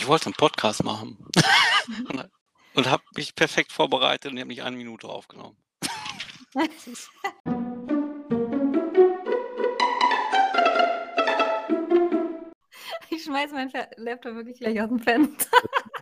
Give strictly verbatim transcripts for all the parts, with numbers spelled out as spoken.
Ich wollte einen Podcast machen Mhm. und und habe mich perfekt vorbereitet und die habe nicht eine Minute aufgenommen. Das ist Ich schmeiße meinen Fe Laptop wirklich gleich aus dem Fenster.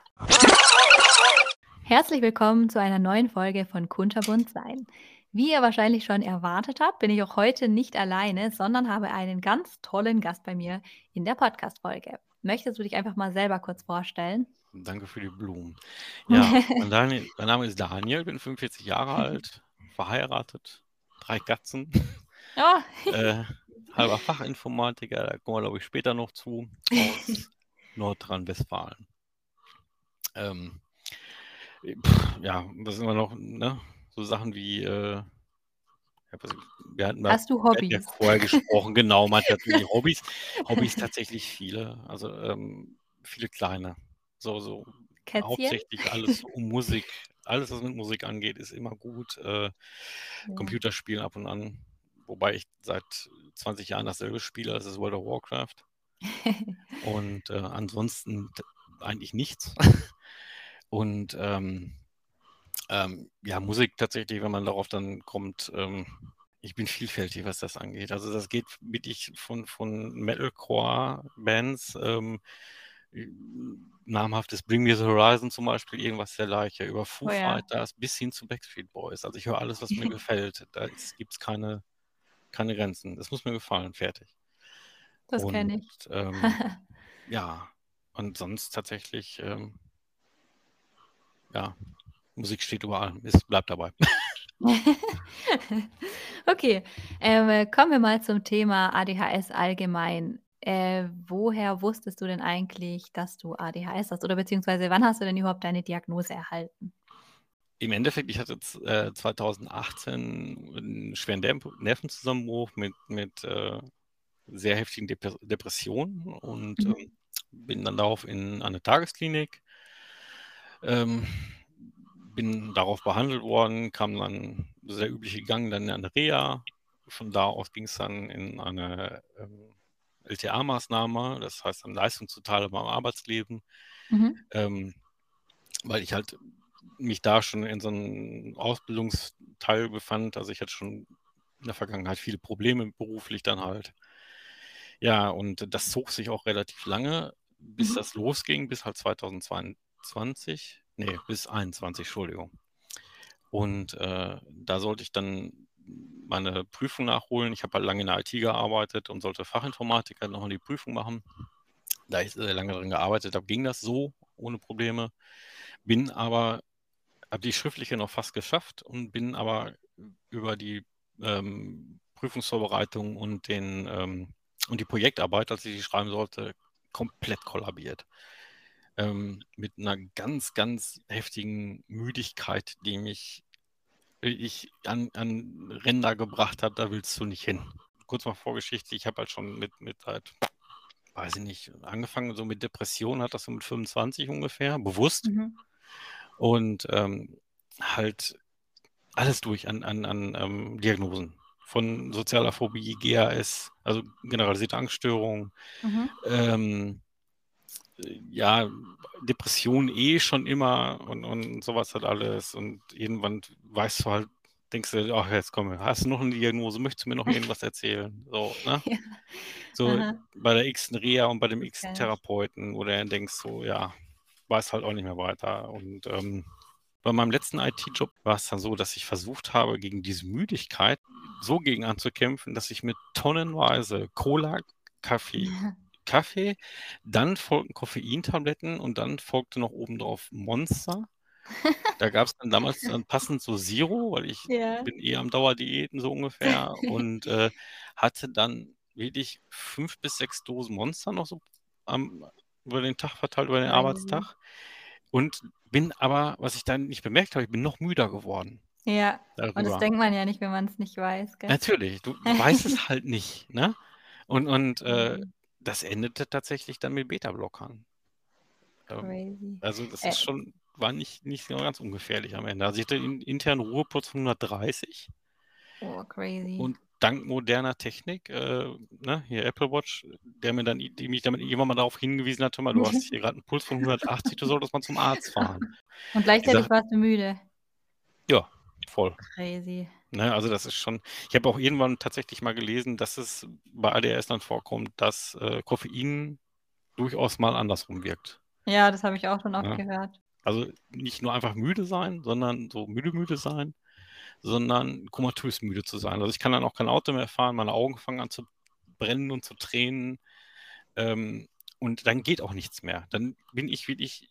Herzlich willkommen zu einer neuen Folge von Kunterbunt sein. Wie ihr wahrscheinlich schon erwartet habt, bin ich auch heute nicht alleine, sondern habe einen ganz tollen Gast bei mir in der Podcast-Folge. Möchtest du dich einfach mal selber kurz vorstellen? Danke für die Blumen. Ja, mein Dani mein Name ist Daniel, bin fünfundvierzig Jahre alt, verheiratet, drei Katzen, Oh. äh, halber Fachinformatiker, da kommen wir, glaube ich, später noch zu, aus Nordrhein-Westfalen. Ähm, ja, was sind wir noch, ne? So Sachen wie, äh, ja, was wir hatten mal Hast du wir hatten ja Hobbys? vorher gesprochen, genau, meinte natürlich Hobbys. Hobbys tatsächlich viele, also, ähm, viele kleine. So so Kätzchen? hauptsächlich alles um Musik. Alles, was mit Musik angeht, ist immer gut. Äh, Ja. Computerspielen ab und an, wobei ich seit zwanzig Jahren dasselbe spiele, das ist World of Warcraft. Und, äh, ansonsten t eigentlich nichts. Und, ähm, ähm, ja, Musik tatsächlich, wenn man darauf dann kommt, ähm ich bin vielfältig, was das angeht. Also, das geht wirklich von von Metalcore-Bands, ähm, ü namhaftes Bring Me the Horizon zum Beispiel, irgendwas dergleichen, über Foo Oh ja. Fighters bis hin zu Backstreet Boys. Also, ich höre alles, was mir gefällt. Da ist gibt's keine keine Grenzen. Es muss mir gefallen, fertig. Das Und, kenne ich. ähm, ja, und sonst tatsächlich, ähm ja, Musik steht über allem. Es bleibt dabei. Okay, ähm, kommen wir mal zum Thema A D H S allgemein. Äh, woher wusstest du denn eigentlich, dass du A D H S hast oder beziehungsweise wann hast du denn überhaupt deine Diagnose erhalten? Im Endeffekt, ich hatte z äh, zweitausendachtzehn 'n schweren Nerv Nervenzusammenbruch mit mit, äh, sehr heftigen Depres Depressionen und, Mhm. ähm, bin dann darauf in eine Tagesklinik. Ähm, bin darauf behandelt worden, kam dann der übliche Gang dann in eine Reha. Von da aus ging's dann in eine, ähm, L T A-Maßnahme, das heißt dann Leistungszuteilung am Arbeitsleben, Mhm. ähm, weil ich halt mich da schon in so 'n Ausbildungsteil befand. Also, ich hatte schon in der Vergangenheit viele Probleme beruflich dann halt. Ja, und das zog sich auch relativ lange, bis Mhm. das losging, bis halt zweitausendzweiundzwanzig, ne, bis einundzwanzig, Entschuldigung. Und, äh, da sollte ich dann meine Prüfung nachholen. Ich habe halt lange in der I T gearbeitet und sollte Fachinformatiker noch mal die Prüfung machen. Da ich sehr lange dran gearbeitet habe, ging das so ohne Probleme. Bin aber habe die schriftliche noch fast geschafft und bin aber über die, ähm, Prüfungsvorbereitung und den, ähm und die Projektarbeit, als ich die schreiben sollte, komplett kollabiert. Ähm, mit 'ner ganz, ganz heftigen Müdigkeit, die mich wirklich an an Ränder gebracht hat, da willst du nicht hin. Kurz mal Vorgeschichte, ich habe halt schon mit mit halt, weiß ich nicht, angefangen so mit Depressionen, hatte das so mit fünfundzwanzig ungefähr, bewusst. Mhm. Und, ähm, halt alles durch an an an, ähm, Diagnosen, von sozialer Phobie, G A S, also generalisierte Angststörung, Mhm. ähm, äh, ja, Depression eh schon immer und und so was halt alles. Und irgendwann weißt du halt denkst du: „Ach, jetzt komm, hast du noch 'ne Diagnose? Möchtest du mir noch irgendwas erzählen?“ So, ne? Ja. So Aha. bei der x-ten Reha und bei dem Das x-ten kenne ich. Therapeuten, wo du dann denkst so, ja, weißt halt auch nicht mehr weiter. Und, ähm, bei meinem letzten I T-Job war's dann so, dass ich versucht habe, gegen diese Müdigkeit so gegen anzukämpfen, dass ich mir tonnenweise Cola, Kaffee Kaffee, dann folgten Koffeintabletten und dann folgte noch obendrauf Monster. Da gab's dann damals dann passend so Zero, weil ich Ja. bin eh am Dauerdiäten so ungefähr und, äh, hatte dann wirklich fünf bis sechs Dosen Monster noch so am über den Tag verteilt, über den Crazy. Arbeitstag. Und bin aber, was ich dann nicht bemerkt habe, ich bin noch müder geworden Ja, und das darüber. denkt man ja nicht, wenn man's nicht weiß, gell? Natürlich, du du weißt es halt nicht, ne? Und und, äh, Mhm. das endete tatsächlich dann mit Betablockern. Ähm, Crazy. also, das ist Äh schon war nicht nicht so ganz ungefährlich am Ende. Also, ich hatte in internen Ruhepuls von hundertdreißig Oh, crazy. und dank moderner Technik, äh, ne, hier Apple Watch, der mir dann, die mich damit irgendwann mal darauf hingewiesen hat, hör mal, du hast hier gerade einen Puls von hundertachtzig, du solltest mal zum Arzt fahren. Und Die Sache, gleichzeitig warst du müde. ja, voll. Crazy. Ne, also das ist schon, ich habe auch irgendwann tatsächlich mal gelesen, dass es bei A D H S dann vorkommt, dass äh, Koffein durchaus mal andersrum wirkt. Ja, das habe ich auch schon oft Ne? gehört. Also nicht nur einfach müde sein, sondern so müde, müde sein, sondern komatös müde zu sein. Also ich kann dann auch kein Auto mehr fahren, meine Augen fangen an zu brennen und zu tränen. Ähm, und dann geht auch nichts mehr. Dann bin ich wirklich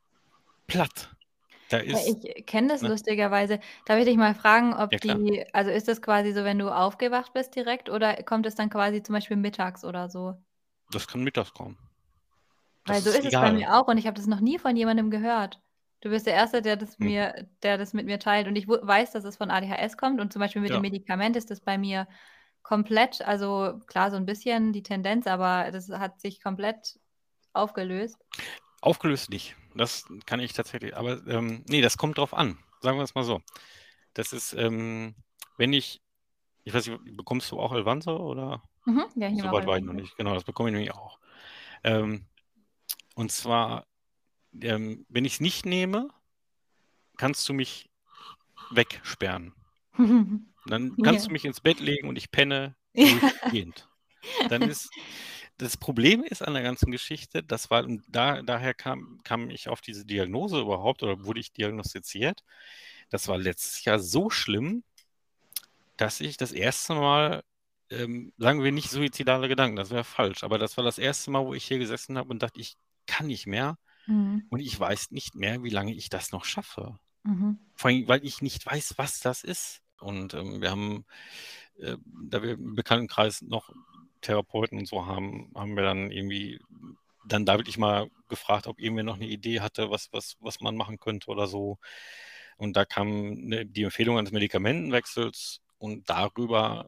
platt. Da Ja, ist, ich kenne das ne? lustigerweise. Darf ich dich mal fragen, Ja ob klar, die also, ist das quasi so, wenn du aufgewacht bist direkt oder kommt es dann quasi zum Beispiel mittags oder so? das kann mittags kommen. Das Weil so ist ist es bei egal. mir auch und ich habe das noch nie von jemandem gehört. Du bist der Erste, der das Hm. mir der das mit mir teilt und ich wu weiß, dass es von A D H S kommt und zum Beispiel mit dem Ja, Medikament ist das bei mir komplett also, klar, so 'n bisschen die Tendenz, aber das hat sich komplett aufgelöst. aufgelöst nicht. Das kann ich tatsächlich, aber ähm, nee, das kommt drauf an. Sagen wir es mal so. Das ist, ähm, wenn ich, ich weiß nicht, bekommst du auch Elvanse oder? Mhm, ja, ich nehme auch Soweit war ich noch Elvanse. nicht. Genau, das bekomme ich nämlich auch. Ähm, und zwar, ähm, wenn ich es nicht nehme, kannst du mich wegsperren. Dann kannst Ja. du mich ins Bett legen und ich penne Ja. durchgehend. Dann ist das Problem ist an der ganzen Geschichte, das war, und da, daher kam, kam ich auf diese Diagnose überhaupt oder wurde ich diagnostiziert. Das war letztes Jahr so schlimm, dass ich das erste Mal, ähm, sagen wir nicht suizidale Gedanken, das wäre falsch, aber das war das erste Mal, wo ich hier gesessen habe und dachte, ich kann nicht mehr Mhm. und ich weiß nicht mehr, wie lange ich das noch schaffe. Mhm. Vor allem, weil ich nicht weiß, was das ist. Und ähm, wir haben, äh, da wir im Bekanntenkreis noch Therapeuten und so haben, haben wir dann irgendwie dann da wirklich mal gefragt, ob irgendwer noch eine Idee hatte, was, was, was man machen könnte oder so. Und da kam ne, die Empfehlung eines Medikamentenwechsels und darüber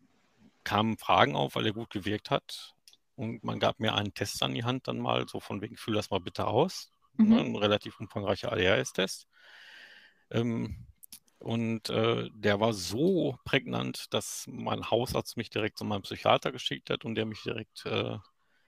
kamen Fragen auf, weil er gut gewirkt hat. Und man gab mir einen Test an die Hand dann mal, so von wegen, füll das mal bitte aus. Ne, Mhm. ein relativ umfangreicher A D H S-Test. Ähm, und äh, der war so prägnant, dass mein Hausarzt mich direkt zu meinem Psychiater geschickt hat und der mich direkt äh,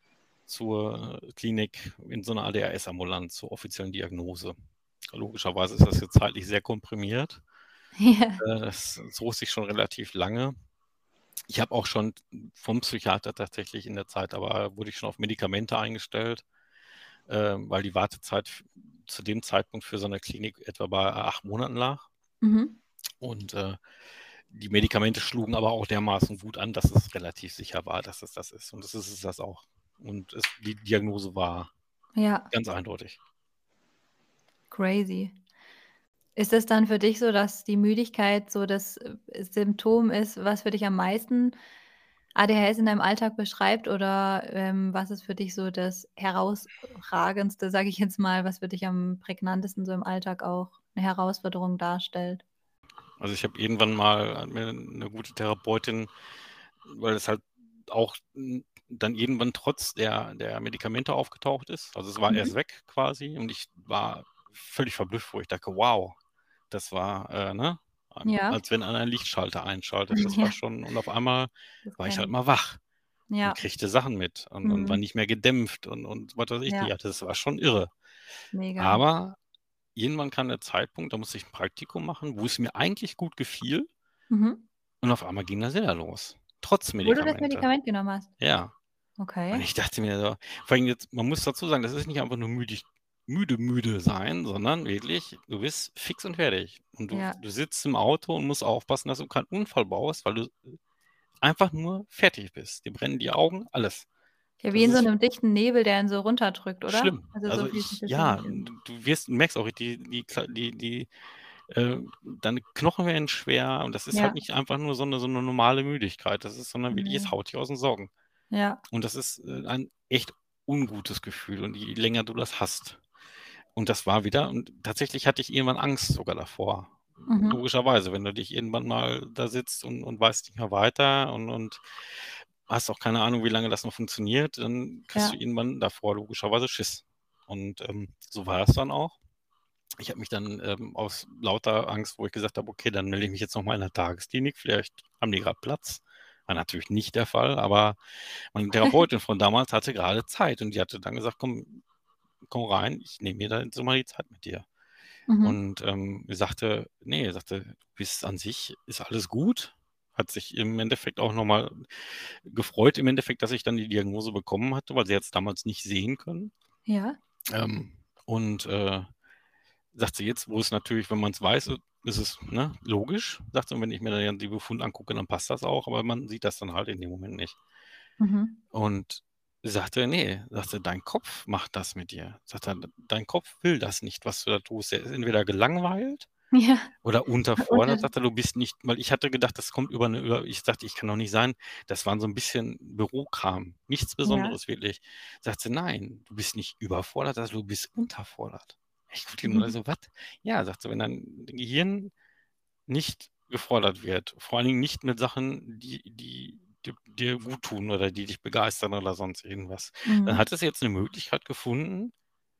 zur Klinik in so einer A D H S-Ambulanz zur offiziellen Diagnose. Logischerweise ist das jetzt zeitlich sehr komprimiert. Ja. Äh, das zog sich schon relativ lange. Ich habe auch schon vom Psychiater tatsächlich in der Zeit, aber wurde ich schon auf Medikamente eingestellt, äh, weil die Wartezeit zu dem Zeitpunkt für so eine Klinik etwa bei acht Monaten lag. Mhm. Und äh, die Medikamente schlugen aber auch dermaßen gut an, dass es relativ sicher war, dass es das ist. Und das ist es das auch. Und es, die Diagnose war Ja, ganz eindeutig. crazy. Ist es dann für dich so, dass die Müdigkeit so das, äh, Symptom ist, was für dich am meisten A D H S in deinem Alltag beschreibt oder, ähm, was ist für dich so das Herausragendste, sage ich jetzt mal, was für dich am prägnantesten so im Alltag auch 'ne Herausforderung darstellt? Also ich habe irgendwann mal hat mir eine gute Therapeutin, weil es halt auch n- dann irgendwann trotz der, der Medikamente aufgetaucht ist. Also es war Mhm. erst weg quasi und ich war völlig verblüfft, wo ich dachte, wow, das war, äh, ne, Ja. als wenn einer einen Lichtschalter einschaltet. Das war Ja, schon, und auf einmal das war ich kenne halt ich. mal wach und Ja. kriegte Sachen mit und, und war Mhm. nicht mehr gedämpft und, und was weiß ich Ja, nicht. Also das war schon irre. mega. Aber irgendwann kam der Zeitpunkt, da musste ich ein Praktikum machen, wo es mir eigentlich gut gefiel Mhm. und auf einmal ging das wieder los. Trotz Obwohl du das Medikamente. Medikament genommen hast? Ja. Und Okay. ich dachte mir so, vor allem jetzt, man muss dazu sagen, das ist nicht einfach nur müdig, müde, müde sein, sondern wirklich, du bist fix und fertig. Und du, Ja. du sitzt im Auto und musst aufpassen, dass du keinen Unfall baust, weil du einfach nur fertig bist. Dir brennen die Augen, alles. Ja, wie Das in so ist 'nem dichten Nebel, der einen so runterdrückt, oder? schlimm. Also, so Also fühlt sich ich, das für ja, mich an. du du wirst, du merkst auch, die, die, die, die, äh, deine Knochen werden schwer und das ist halt Ja, nicht einfach nur so eine, so eine normale Müdigkeit. Das ist, sondern wirklich, es ne. haut dich aus den Socken. Ja. Und das ist äh, ein echt ungutes Gefühl. Und je länger du das hast. Und das war wieder, und tatsächlich hatte ich irgendwann Angst sogar davor. Mhm. Logischerweise, wenn du dich irgendwann mal da sitzt und, und weißt nicht mehr weiter und, und hast auch keine Ahnung, wie lange das noch funktioniert, dann kriegst du Ja. irgendwann davor logischerweise Schiss. Und ähm, so war es dann auch. Ich habe mich dann ähm, aus lauter Angst, wo ich gesagt habe, okay, dann melde ich mich jetzt nochmal in der Tagesklinik, vielleicht haben die gerade Platz. War natürlich nicht der Fall, aber meine Therapeutin von damals hatte gerade Zeit und die hatte dann gesagt, komm, komm rein, ich nehme mir da jetzt mal die Zeit mit dir. Mhm. Und ähm, sie sagte, nee, sie sagte, du bist an sich, ist alles gut. Hat sich im Endeffekt auch nochmal gefreut, im Endeffekt, dass ich dann die Diagnose bekommen hatte, weil sie jetzt damals nicht sehen können. Ja. Ähm, und äh, sagt sie jetzt, wo es natürlich, wenn man es weiß, ist es ne, logisch, sagt sie, und wenn ich mir dann die Befunde angucke, dann passt das auch, aber man sieht das dann halt in dem Moment nicht. Mhm. Und sie sagte, nee, sagte, dein Kopf macht das mit dir. Sagte, dein Kopf will das nicht, was du da tust. Er ist entweder gelangweilt Ja. oder unterfordert, Unter sagte, du bist nicht, weil ich hatte gedacht, das kommt über eine, über, ich sagte, ich kann doch nicht sein, das waren so ein bisschen Bürokram, nichts ja. Besonderes wirklich. Sagt sie, nein, du bist nicht überfordert, also du bist unterfordert. Ich guckte ihn nur Mhm. so, was? Ja, sagt sie, wenn dein Gehirn nicht gefordert wird, vor allen Dingen nicht mit Sachen, die, die, die dir gut tun oder die dich begeistern oder sonst irgendwas, dann Mhm. hat es jetzt eine Möglichkeit gefunden,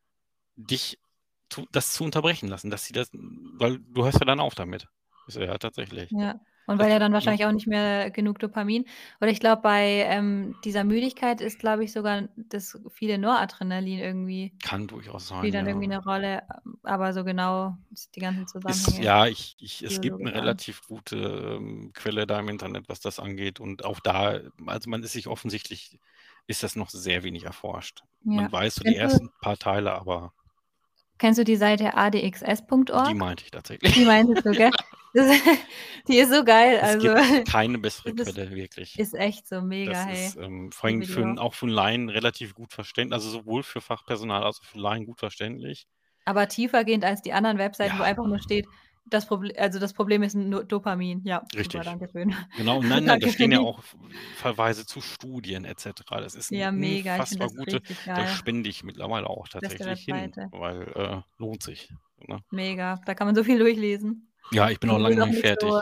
dich zu, das zu unterbrechen lassen, dass sie das, weil du hörst ja dann auf damit. Ich so, ja, tatsächlich. Ja. Und Das, weil ja dann ne, wahrscheinlich auch nicht mehr genug Dopamin oder ich glaube, bei, ähm, dieser Müdigkeit ist, glaube ich, sogar das viele Noradrenalin irgendwie kann durchaus spielt sein, dann irgendwie ja. 'ne Rolle, aber so genau die ganzen Ist, Zusammenhänge ja, ich, ich, es gibt biologisch eine auch. relativ gute ähm, Quelle da im Internet, was das angeht. Und auch da, also man ist sich offensichtlich, ist das noch sehr wenig erforscht. Ja. Man weiß so die Kennst du ersten paar Teile, aber kennst du die Seite a d x s punkt die org? meinte ich tatsächlich. Die meintest du, gell? Das die ist so geil, Es also, gibt keine bessere das ist Quelle, wirklich. ist echt so mega, Das hey. ist ähm, vor Ich allem liebe die für, auch. 'n- auch für 'n Laien relativ gut verständlich, also sowohl für Fachpersonal als auch für Laien gut verständlich. Aber tiefergehend als die anderen Webseiten, wo Ja, einfach nur steht, das Proble also, das Problem ist nur Dopamin. Ja, super, richtig. danke schön. Genau, nein, nein, da Danke für stehen ja die auch F Verweise zu Studien et cetera. Das ist 'n ja, mega, ich finde unfassbar das gute, richtig da geil. spende ich mittlerweile auch Beste tatsächlich hin, Webseite. weil, äh, lohnt sich, ne? Mega, da kann man so viel durchlesen. Ja, ich bin Und auch es lange ist noch auch nicht nicht so fertig.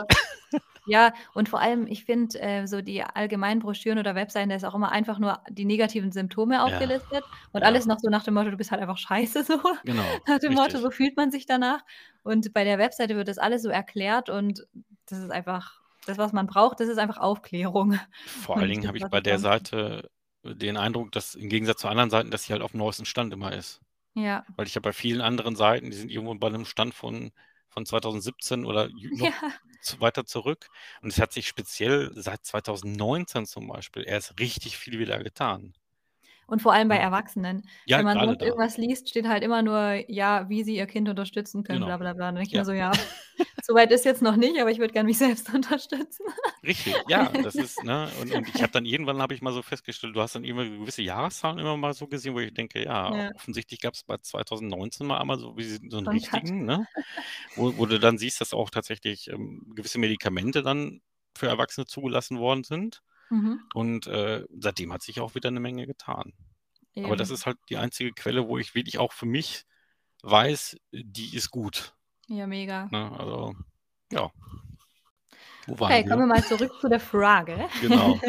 ja, und vor allem, ich finde, äh, so die allgemeinen Broschüren oder Webseiten, da ist auch immer einfach nur die negativen Symptome Ja, aufgelistet und ja, alles noch so nach dem Motto: „Du bist halt einfach scheiße“, so genau, nach dem Motto, richtig. so fühlt man sich danach. Und bei der Webseite wird das alles so erklärt und das ist einfach das, was man braucht, das ist einfach Aufklärung Vor und allen nicht Dingen das, habe ich was bei es der sonst Seite den Eindruck, dass im Gegensatz zu anderen Seiten, dass sie halt aufm neuesten Stand immer ist. ja. Weil ich habe bei vielen anderen Seiten, die sind irgendwo bei 'nem Stand von von zweitausendsiebzehn oder jü noch Ja. zu weiter zurück. Und es hat sich speziell seit zweitausendneunzehn zum Beispiel erst richtig viel wieder getan. Und vor allem bei Ja. Erwachsenen. Ja, Wenn man grade sonst da. irgendwas liest, steht halt immer nur, ja, wie sie ihr Kind unterstützen können, Genau. bla bla bla. Dann denke ich Ja. mir so: „Ja, so weit ist jetzt noch nicht, aber ich würde gern mich selbst unterstützen.“ Richtig, ja, das ist ne, und und ich habe dann irgendwann habe ich mal so festgestellt, du hast dann immer gewisse Jahreszahlen immer mal so gesehen, wo ich denke, ja, Ja, offensichtlich gab's bei zweitausendneunzehn mal einmal so wie so 'n so 'n Cut. richtigen, ne, wo wo du dann siehst, dass auch tatsächlich, ähm, gewisse Medikamente dann für Erwachsene zugelassen worden sind. Mhm. Und, äh, seitdem hat sich auch wieder 'ne Menge getan. Aber das Eben. ist halt die einzige Quelle, wo ich wirklich auch für mich weiß, die ist gut, Ja, mega. ne? Also, ja. Wo waren Okay, kommen wir? wir mal zurück zu der Frage. Genau.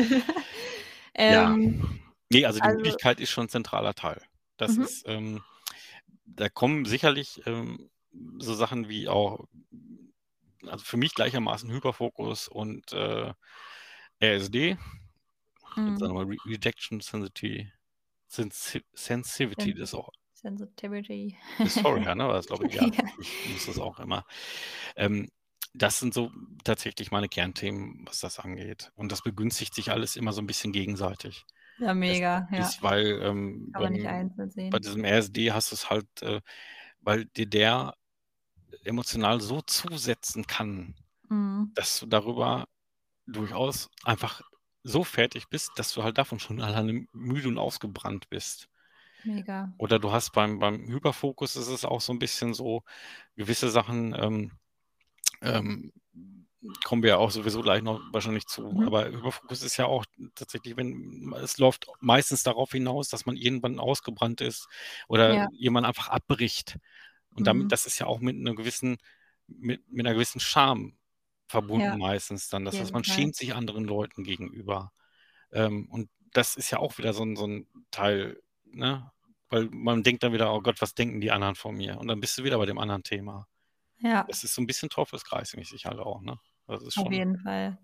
Ja. Ähm, Ne, also die also Müdigkeit ist schon 'n zentraler Teil. Das mhm, ist, ähm da kommen sicherlich, ähm, so Sachen wie auch also für mich gleichermaßen Hyperfokus und, äh, A S D, jetzt sagen mhm. wir mal Re Rejection Sensity Sensi Sensivity, das Sensit ist auch Sensitivity. Dysphoria, ne, war das, glaube ich, ja. Ja, Ich muss das auch immer. Ähm, das sind so tatsächlich meine Kernthemen, was das angeht. Und das begünstigt sich alles immer so 'n bisschen gegenseitig. ja, Es mega, ja. ist, weil, ähm, Kann man nicht beim einzeln bei sehen. diesem A S D hast du's halt, äh, weil dir der emotional so zusetzen kann, Mhm. dass du darüber durchaus einfach so fertig bist, dass du halt davon schon alleine müde und ausgebrannt bist. Mega. Oder du hast beim beim Hyperfokus ist es auch so 'n bisschen so gewisse Sachen, ähm ähm, kommen wir ja auch sowieso gleich noch wahrscheinlich zu. Mhm. Aber Hyperfokus ist ja auch tatsächlich, wenn es läuft meistens darauf hinaus, dass man irgendwann ausgebrannt ist oder Ja, jemand einfach abbricht. Und damit mhm. das ist ja auch mit 'ner gewissen mit mit 'ner gewissen Scham verbunden Ja, meistens dann. auf Das heißt, jeden man Fall. schämt sich anderen Leuten gegenüber. Ähm, und das ist ja auch wieder so 'n so 'n Teil, ne? Weil man denkt dann wieder: „Oh Gott, was denken die anderen von mir?“ Und dann bist du wieder bei dem anderen Thema. Ja, Das ist so 'n bisschen Teufelskreismäßig halt auch, ne? Das ist auf schon jeden Fall.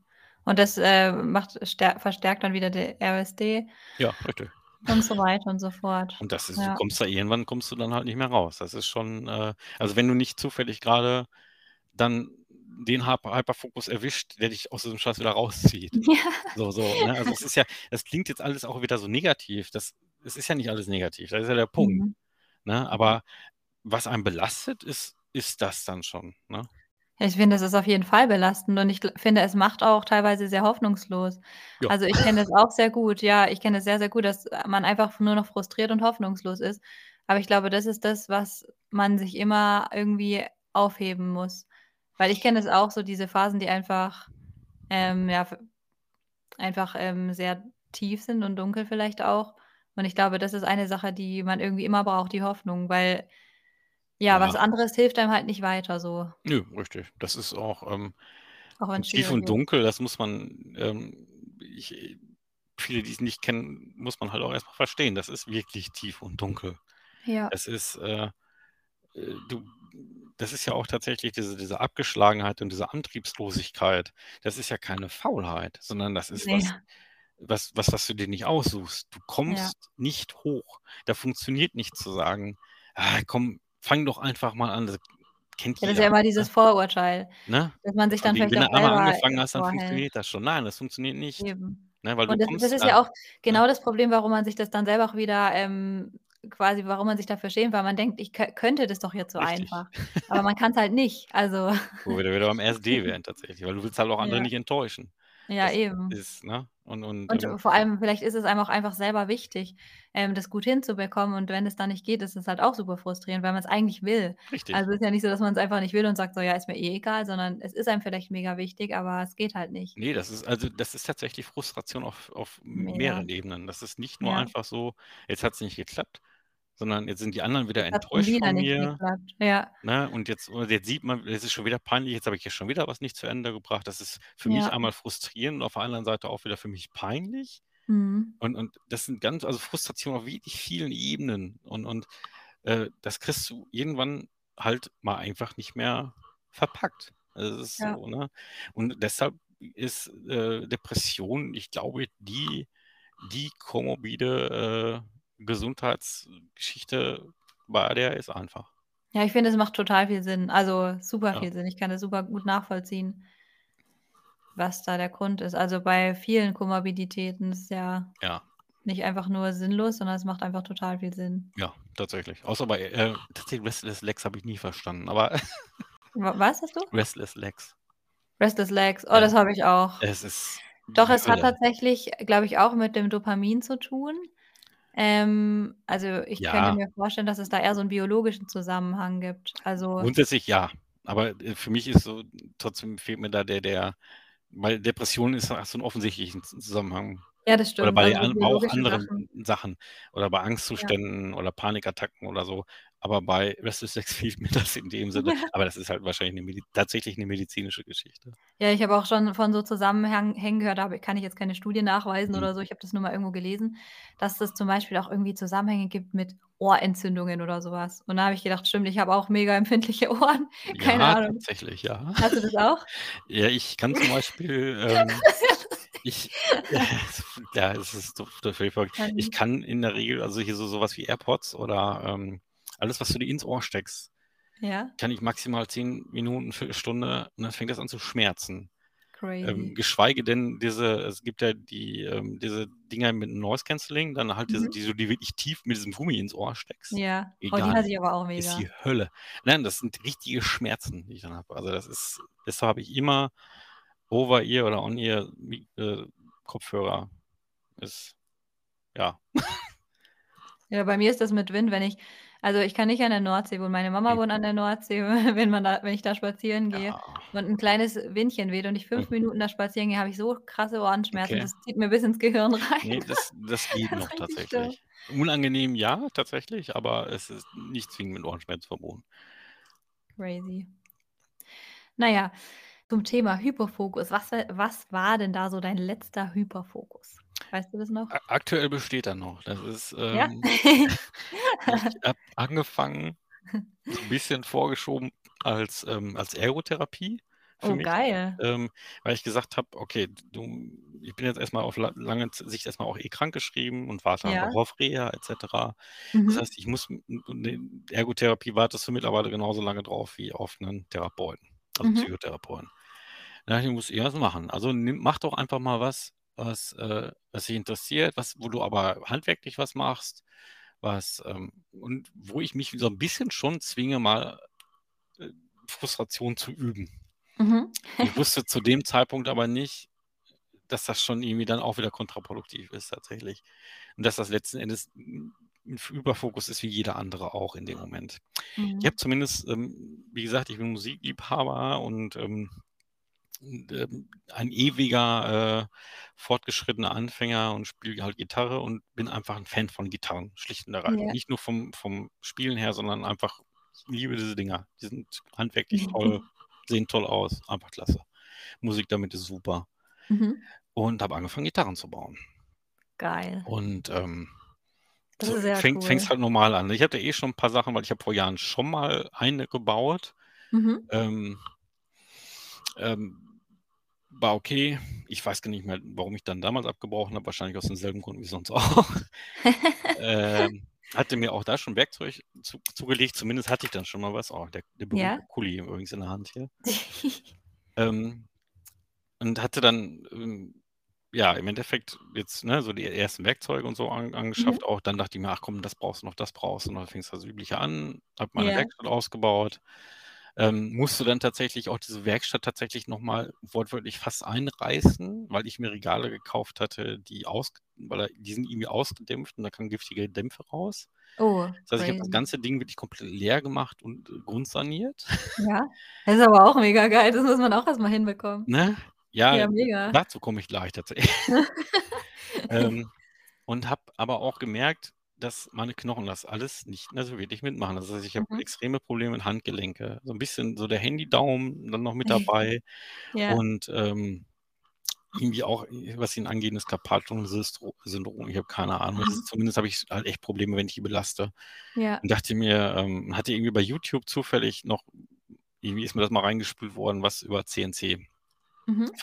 Und das, äh, macht stär verstärkt dann wieder der R S D Ja, richtig. und so weiter und so fort. Und das ist du Ja. kommst da irgendwann kommst du dann halt nicht mehr raus. Das ist schon, äh also, wenn du nicht zufällig grade dann den Hyper Hyperfokus erwischt, der dich aus diesem Scheiß wieder rauszieht. Ja. So so, ne? Also, es ist ja das klingt jetzt alles auch wieder so negativ. Das es ist ja nicht alles negativ, das ist ja der Punkt, Mhm. ne? Aber was einen belastet, ist ist das dann schon, ne? Ja, ich finde, das ist auf jeden Fall belastend und ich gl finde, es macht auch teilweise sehr hoffnungslos. Ja. Also, ich kenne das auch sehr gut. Ja, ich kenne das sehr, sehr gut, dass, äh, man einfach nur noch frustriert und hoffnungslos ist. Aber ich glaube, das ist das, was man sich immer irgendwie aufheben muss. Weil ich kenne das auch so, diese Phasen, die einfach, ähm, ja, f einfach, ähm, sehr tief sind und dunkel vielleicht auch. Und ich glaube, das ist eine Sache, die man irgendwie immer braucht, die Hoffnung, weil, ja, was Ja. anderes hilft einem halt nicht weiter so. Nö, richtig. Das ist auch, ähm Auch wenn's tief schwierig und ist. dunkel, das muss man, ähm ich äh, viele, die's nicht kennen, muss man halt auch erst mal verstehen. Das ist wirklich tief und dunkel. Ja. Es ist, äh äh, du das ist ja auch tatsächlich diese diese Abgeschlagenheit und diese Antriebslosigkeit. Das ist ja keine Faulheit, sondern das ist Ne. was was was was du dir nicht aussuchst. Du Ja. kommst nicht hoch. Da funktioniert nicht zu sagen: „Ah, komm, fang doch einfach mal an.“ Das kennt Ja, das ist ja jeder, immer ne? dieses Vorurteil, Ne? dass man So sich von dann wegen, vielleicht wenn auch du einmal selber, angefangen äh, hast, dann vorhält. funktioniert das schon. Nein, das funktioniert nicht, Eben. ne, weil du Und das das kommst ist da ja auch ne? genau das Problem, warum man sich das dann selber auch wieder, ähm quasi warum man sich dafür schämt, weil man denkt: „Ich kö könnte das doch jetzt so Richtig. einfach.“ Aber man kann's halt nicht. Also Wo wir da wieder beim R S D wären tatsächlich, weil du willst halt auch andere Ja. nicht enttäuschen. Ja, Das eben. ist ne? Und und, Und, ähm äh, vor allem, vielleicht ist es einem auch einfach selber wichtig, ähm, das gut hinzubekommen und wenn es dann nicht geht, ist es halt auch super frustrierend, weil man's eigentlich will. Richtig. Also, ist ja nicht so, dass man's einfach nicht will und sagt so: „Ja, ist mir eh egal“, sondern es ist einem vielleicht mega wichtig, aber es geht halt nicht. Ne, das ist also, das ist tatsächlich Frustration auf auf Mega. mehreren Ebenen. Das ist nicht nur Ja. einfach so: „Jetzt hat's nicht geklappt“, sondern jetzt sind die anderen wieder Jetzt hat's schon enttäuscht wieder von nicht mir, geklappt. Ja. ne? Und jetzt oder jetzt sieht man, es ist schon wieder peinlich, jetzt habe ich ja schon wieder was nicht zu Ende gebracht. Das ist für mich Ja. einmal frustrierend und auf der anderen Seite auch wieder für mich peinlich. Mhm. Und und das sind ganz also, Frustration auf wirklich vielen Ebenen und und, äh, das kriegst du irgendwann halt mal einfach nicht mehr verpackt. Also, es ist Ja. so, ne? Und deshalb ist, äh, Depression, ich glaube, die die komorbide, äh, Gesundheitsgeschichte bei A D H S einfach. Ja, ich finde, es macht total viel Sinn. Also, super Ja. viel Sinn. Ich kann das super gut nachvollziehen was da der Grund ist. Also, bei vielen Komorbiditäten ist ja Ja. nicht einfach nur sinnlos, sondern es macht einfach total viel Sinn. Ja, tatsächlich. Außer bei, äh tatsächlich Restless Legs habe ich nie verstanden, aber Wa was hast du? Restless Legs. Restless Legs, oh, Ja. das habe ich auch. Es ist Doch, die es hat Hölle. tatsächlich, glaube ich, auch mit dem Dopamin zu tun. Ähm, also, ich könnte Ja. mir vorstellen, dass es da eher so 'n biologischen Zusammenhang gibt. Also Grundsätzlich ja, aber, äh, für mich ist so trotzdem fehlt mir da der der weil Depression ist hast du 'n offensichtlichen Z Zusammenhang. Ja, das Oder stimmt. bei Also, so an bei auch biologische anderen Sachen Sachen oder bei Ja. Angstzuständen oder Panikattacken oder so. Aber bei Restless Legs fehlt mir das in dem Sinne. Aber das ist halt wahrscheinlich 'ne Medi tatsächlich 'ne medizinische Geschichte. Ja, ich habe auch schon von so Zusammenhang Hängen gehört, da habe kann ich jetzt keine Studie nachweisen Mhm. oder so, ich habe das nur mal irgendwo gelesen, dass es zum Beispiel auch irgendwie Zusammenhänge gibt mit Ohrentzündungen oder so was. Und da habe ich gedacht: „Stimmt, ich habe auch mega empfindliche Ohren.“ Keine Ja, Ahnung. tatsächlich, ja. Hast du das auch? Ja, ich kann zum Beispiel, ähm Das ist ja ich lustig. ja, es ist so völlig verrückt. Ich kann in der Regel also, hier so so was wie AirPods oder, ähm, alles, was du dir ins Ohr steckst, Ja. kann ich maximal zehn Minuten, Viertelstunde und dann fängt das an zu schmerzen. Ähm, Crazy. geschweige denn diese es gibt ja die, ähm diese Dinger mit Noise Cancelling, dann halt diese, Mhm. die du dir wirklich tief mit diesem Gummi ins Ohr steckst. Ja. Geht Oh, die gar hasse nicht. ich aber auch Ist die mega. Hölle. Nein, das sind richtige Schmerzen, die ich dann habe. Also, das ist deshalb habe ich immer Over-Ear oder On-Ear Mi äh, Kopfhörer. Ist ja. Ja, bei mir ist das mit Wind, wenn ich also, ich kann nicht an der Nordsee wohnen. Meine Mama Mhm. wohnt an der Nordsee. Wenn man da wenn ich da spazieren gehe Ja. und 'n kleines Windchen weht und ich fünf Mhm. Minuten da spazieren gehe, habe ich so krasse Ohrenschmerzen, Okay. das zieht mir bis ins Gehirn rein. Ne, das das geht Das ist noch richtig schlimm. tatsächlich. Unangenehm ja, tatsächlich, aber es ist nicht zwingend mit Ohrenschmerzen verbunden. Crazy. Na ja, zum Thema Hyperfokus. Was wa was war denn da so dein letzter Hyperfokus? Weißt du das noch? A aktuell besteht er noch. Das ist, Ja? ähm ich habe angefangen, so 'n bisschen vorgeschoben als, ähm als Ergotherapie für Oh, mich, geil. ähm, weil ich gesagt habe: „Okay, du ich bin jetzt erstmal auf la lange Z Sicht erstmal auch eh krankgeschrieben und warte halt Ja. auch auf Reha et cetera. Das Mhm. heißt, ich muss m m ne Ergotherapie wartest du mittlerweile genauso lange drauf wie auf 'nen Therapeuten, also Mhm. Psychotherapeuten. Da dachte ich, musst du irgendwas machen. Also, nimm mach doch einfach mal was, was, äh was dich interessiert, was wo du aber handwerklich was machst, was, ähm und wo ich mich so 'n bisschen schon zwinge, mal, äh, Frustration zu üben. Mhm. Ich wusste zu dem Zeitpunkt aber nicht, dass das schon irgendwie dann auch wieder kontraproduktiv ist tatsächlich und dass das letzten Endes 'n 'n Überfokus ist wie jeder andere auch in dem Moment. Ich habe Mhm. zumindest, ähm wie gesagt, ich bin Musikliebhaber und, ähm und, ähm, ein ewiger, äh, fortgeschrittener Anfänger und spiele halt Gitarre und bin einfach 'n Fan von Gitarren, schlicht und ergreifend. Ja. Nicht nur vom vom Spielen her, sondern einfach ich liebe diese Dinger. Die sind handwerklich toll, sehen toll aus, einfach klasse. Musik damit ist super. Mhm. Und habe angefangen, Gitarren zu bauen. Geil. Und, ähm, Das so ist sehr fängt fängt's cool. halt normal an. Ich hatte eh schon 'n paar Sachen, weil ich habe vor Jahren schon mal eine gebaut. Mhm. Ähm ähm, war okay. Ich weiß gar nicht mehr, warum ich dann damals abgebrochen habe, wahrscheinlich aus demselben Grund wie sonst auch. Ähm, hatte mir auch da schon Werkzeug zu zugelegt, zumindest hatte ich dann schon mal was. Oh, der der berühmte Ja. Kuli übrigens in der Hand hier. Ähm, und hatte dann, ähm, ja, im Endeffekt jetzt, ne, so die ersten Werkzeuge und so an Mhm. angeschafft auch. Dann dachte ich mir: „Ach komm, das brauchst du noch, das brauchst du noch.“ Dann fing's das Übliche an, habe meine Ja. Werkstatt ausgebaut, ähm, musste dann tatsächlich auch diese Werkstatt tatsächlich noch mal wortwörtlich fast einreißen, weil ich mir Regale gekauft hatte, die ausg weil da die sind irgendwie ausgedämpft und da kamen giftige Dämpfe raus. Oh, Das heißt, ich habe das crazy. ganze Ding wirklich komplett leer gemacht und, äh, grundsaniert. Ja, das ist aber auch mega geil. Das muss man auch erst mal hinbekommen. Ne? Ja, Ja, d mega. dazu komme ich gleich tatsächlich. Ähm, und habe aber auch gemerkt, dass meine Knochen das alles nicht mehr so wirklich mitmachen. Das heißt, ich habe Mhm. extreme Probleme mit Handgelenke. So 'n bisschen so der Handydaumen dann noch mit dabei Ja. und, ähm, irgendwie auch, äh, was ihn angeht, das Carpal-Tunnel-Systro Syndrom. Ich habe keine Ahnung. Das ist Mhm. zumindest habe ich halt echt Probleme, wenn ich die belaste. Ja. Und dachte mir, ähm hatte irgendwie bei YouTube zufällig noch irgendwie ist mir das mal reingespült worden, was über CNC-Fräsen. Mhm.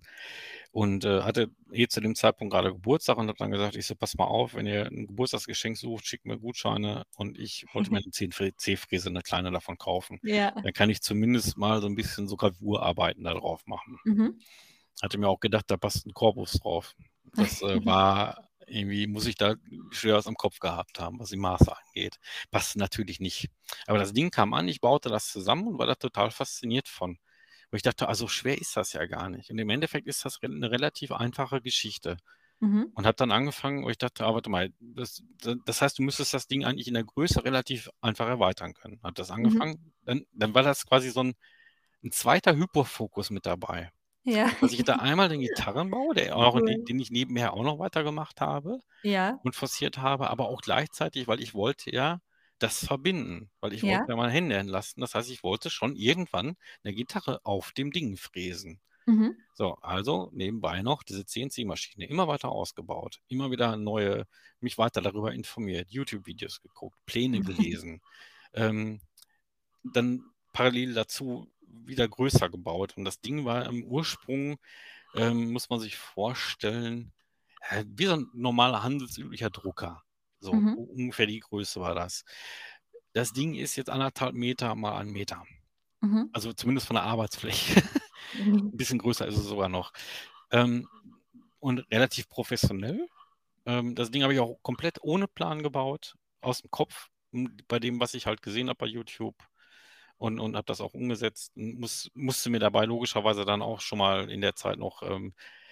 Und, äh, hatte eh zu dem Zeitpunkt grade Geburtstag und habe dann gesagt: „Ich so, pass mal auf, wenn ihr 'n Geburtstagsgeschenk sucht, schickt mir Gutscheine.“ Und ich wollte mir 'ne CNC-Fräse, 'ne kleine davon kaufen. Ja. Dann kann ich zumindest mal so 'n bisschen so Gravurarbeiten da drauf machen. Mhm. Hatte mir auch gedacht, da passt 'n Korpus drauf. Das, äh, war irgendwie muss ich da schwer was im Kopf gehabt haben, was die Maße angeht. Passte natürlich nicht. Aber das Ding kam an, ich baute das zusammen und war da total fasziniert von. Wo ich dachte: „Ah, so schwer ist das ja gar nicht.“ Und im Endeffekt ist das re 'ne relativ einfache Geschichte. Mhm. Und habe dann angefangen, wo ich dachte: „Ah, warte mal, das d das heißt, du müsstest das Ding eigentlich in der Größe relativ einfach erweitern können.“ Habe das Mhm. angefangen, dann dann war das quasi so 'n 'n zweiter Hyperfokus mit dabei. Ja. Dass ich da einmal den Gitarrenbau, der auch den Cool. den ich nebenher auch noch weitergemacht habe Ja. und forciert habe, aber auch gleichzeitig, weil ich wollte ja das verbinden, weil ich wollte Ja. ja meine Hände entlasten. Das heißt, ich wollte schon irgendwann 'ne Gitarre auf dem Ding fräsen. Mhm. So, also nebenbei noch diese CNC-Maschine immer weiter ausgebaut, immer wieder neue mich weiter darüber informiert, YouTube-Videos geguckt, Pläne gelesen, ähm, dann parallel dazu wieder größer gebaut. Und das Ding war im Ursprung, ähm, muss man sich vorstellen, äh, wie so 'n normaler handelsüblicher Drucker. So u Mhm. ungefähr die Größe war das. Das Ding ist jetzt anderthalb Meter mal ein Meter. Mhm. Also zumindest von der Arbeitsfläche. 'N Mhm. bisschen größer ist es sogar noch. Ähm, und relativ professionell. Ähm, das Ding habe ich auch komplett ohne Plan gebaut, aus'm Kopf, hm, bei dem, was ich halt gesehen habe bei YouTube und und habe das auch umgesetzt. M muss musste mir dabei logischerweise dann auch schon mal in der Zeit noch, ähm,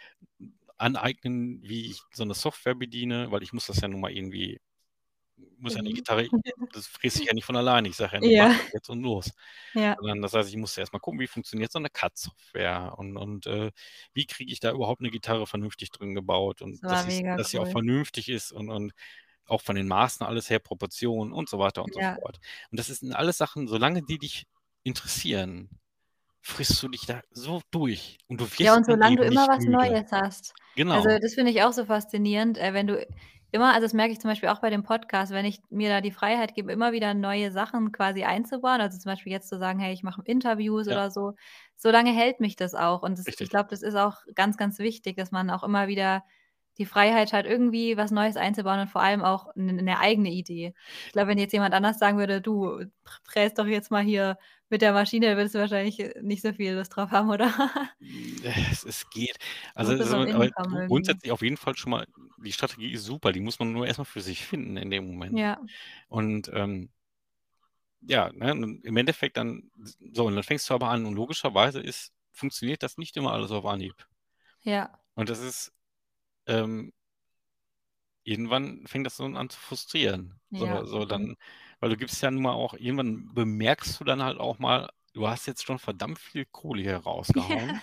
aneignen, wie ich so 'ne Software bediene, weil ich muss das ja nun mal irgendwie muss ja 'ne Mhm. Gitarre das fräst sich ja nicht von alleine. Ich sage ja nicht: „Mach Ja. das jetzt und los.“ Ja. Sondern das heißt, ich musste erst mal gucken, wie funktioniert so 'ne CAD-Software und und, äh, wie kriege ich da überhaupt 'ne Gitarre vernünftig drin gebaut und Das war dass sie's mega dass sie auch cool. vernünftig ist und und auch von den Maßen alles her, Proportionen und so weiter und so Ja. fort. Und das sind alles Sachen, solange die dich interessieren, frisst du dich da so durch und du Ja, wirst und dann solange du eben immer nicht was müde. Neues hast. Also, Genau. das finde ich auch so faszinierend, äh, wenn du immer also, das merke ich zum Beispiel auch bei dem Podcast, wenn ich mir da die Freiheit gebe, immer wieder neue Sachen quasi einzubauen, also, zum Beispiel jetzt zu sagen: „Hey, ich mache Interviews“ Ja. oder so, so lange hält mich das auch. Und das ich Richtig. glaube, das ist auch ganz, ganz wichtig, dass man auch immer wieder die Freiheit hat, irgendwie was Neues einzubauen und vor allem auch 'n 'ne eigene Idee. Ich glaube, wenn jetzt jemand anders sagen würde: „Du, fr fräst doch jetzt mal hier mit der Maschine“, würdest du wahrscheinlich, äh, nicht so viel Lust drauf haben, oder? Hm, es es geht. Also, Muss so von so innen aber kommen gru irgendwie. grundsätzlich auf jeden Fall schon mal die Strategie ist super, die muss man nur erst mal für sich finden in dem Moment. Ja. Und, ähm ja, ne, und im Endeffekt dann s so, und dann fängst du aber an und logischerweise ist funktioniert das nicht immer alles auf Anhieb. Ja. Und das ist, ähm irgendwann fängt das dann an zu frustrieren. So Ja. so Mhm. dann weil du gibst ja nun mal auch irgendwann bemerkst du dann halt auch mal, du hast jetzt schon verdammt viel Kohle hier rausgehauen.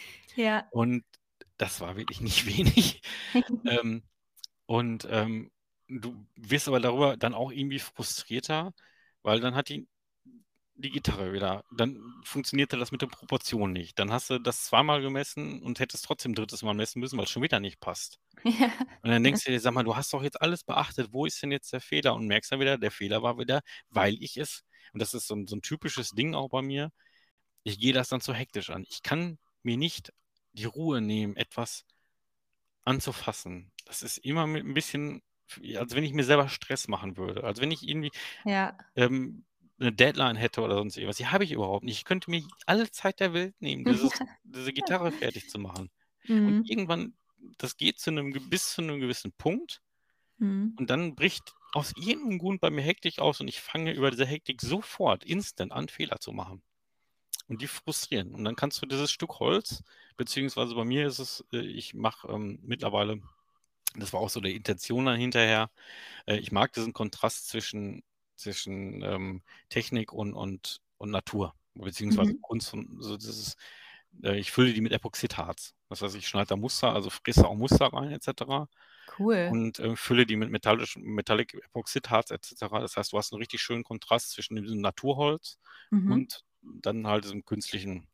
Ja. Und das war wirklich nicht wenig. Ähm, und, ähm, du wirst aber darüber dann auch irgendwie frustrierter, weil dann hat die die Gitarre wieder dann funktionierte das mit den Proportionen nicht. Dann hast du das zweimal gemessen und hättest trotzdem 'n drittes Mal messen müssen, weil's schon wieder nicht passt. Ja. Und dann denkst du dir: „Sag mal, du hast doch jetzt alles beachtet. Wo ist denn jetzt der Fehler?“ Und merkst dann wieder, der Fehler war wieder, weil ich es und das ist so 'n so 'n typisches Ding auch bei mir, ich gehe das dann zu hektisch an. Ich kann mir nicht die Ruhe nehmen, etwas anzufassen. Das ist immer mit 'n bisschen f ja, als wenn ich mir selber Stress machen würde. Als wenn ich irgendwie, Ja. ähm, 'ne Deadline hätte oder sonst irgendwas. Die habe ich überhaupt nicht. Ich könnte mir alle Zeit der Welt nehmen, dieses diese Gitarre fertig zu machen. Und Mhm. irgendwann das geht zu 'nem ge bis zu 'nem gewissen Punkt Mhm. und dann bricht aus irgend 'nem Grund bei mir Hektik aus und ich fange über diese Hektik sofort instant an, Fehler zu machen. Und die frustrieren. Und dann kannst du dieses Stück Holz beziehungsweise bei mir ist es, äh, ich mache, ähm, mittlerweile das war auch so die Intention dann hinterher, äh, ich mag diesen Kontrast zwischen zwischen, ähm, Technik und und und Natur, beziehungsweise Mhm. Kunst und so dieses äh, ich fülle die mit Epoxidharz. Das heißt, ich schneide da Muster, also fresse auch Muster rein et cetera Cool. und, äh, fülle die mit metallischem Metallic Epoxidharz et cetera. Das heißt, du hast 'n richtig schönen Kontrast zwischen diesem Naturholz Mhm. und dann halt diesem künstlichen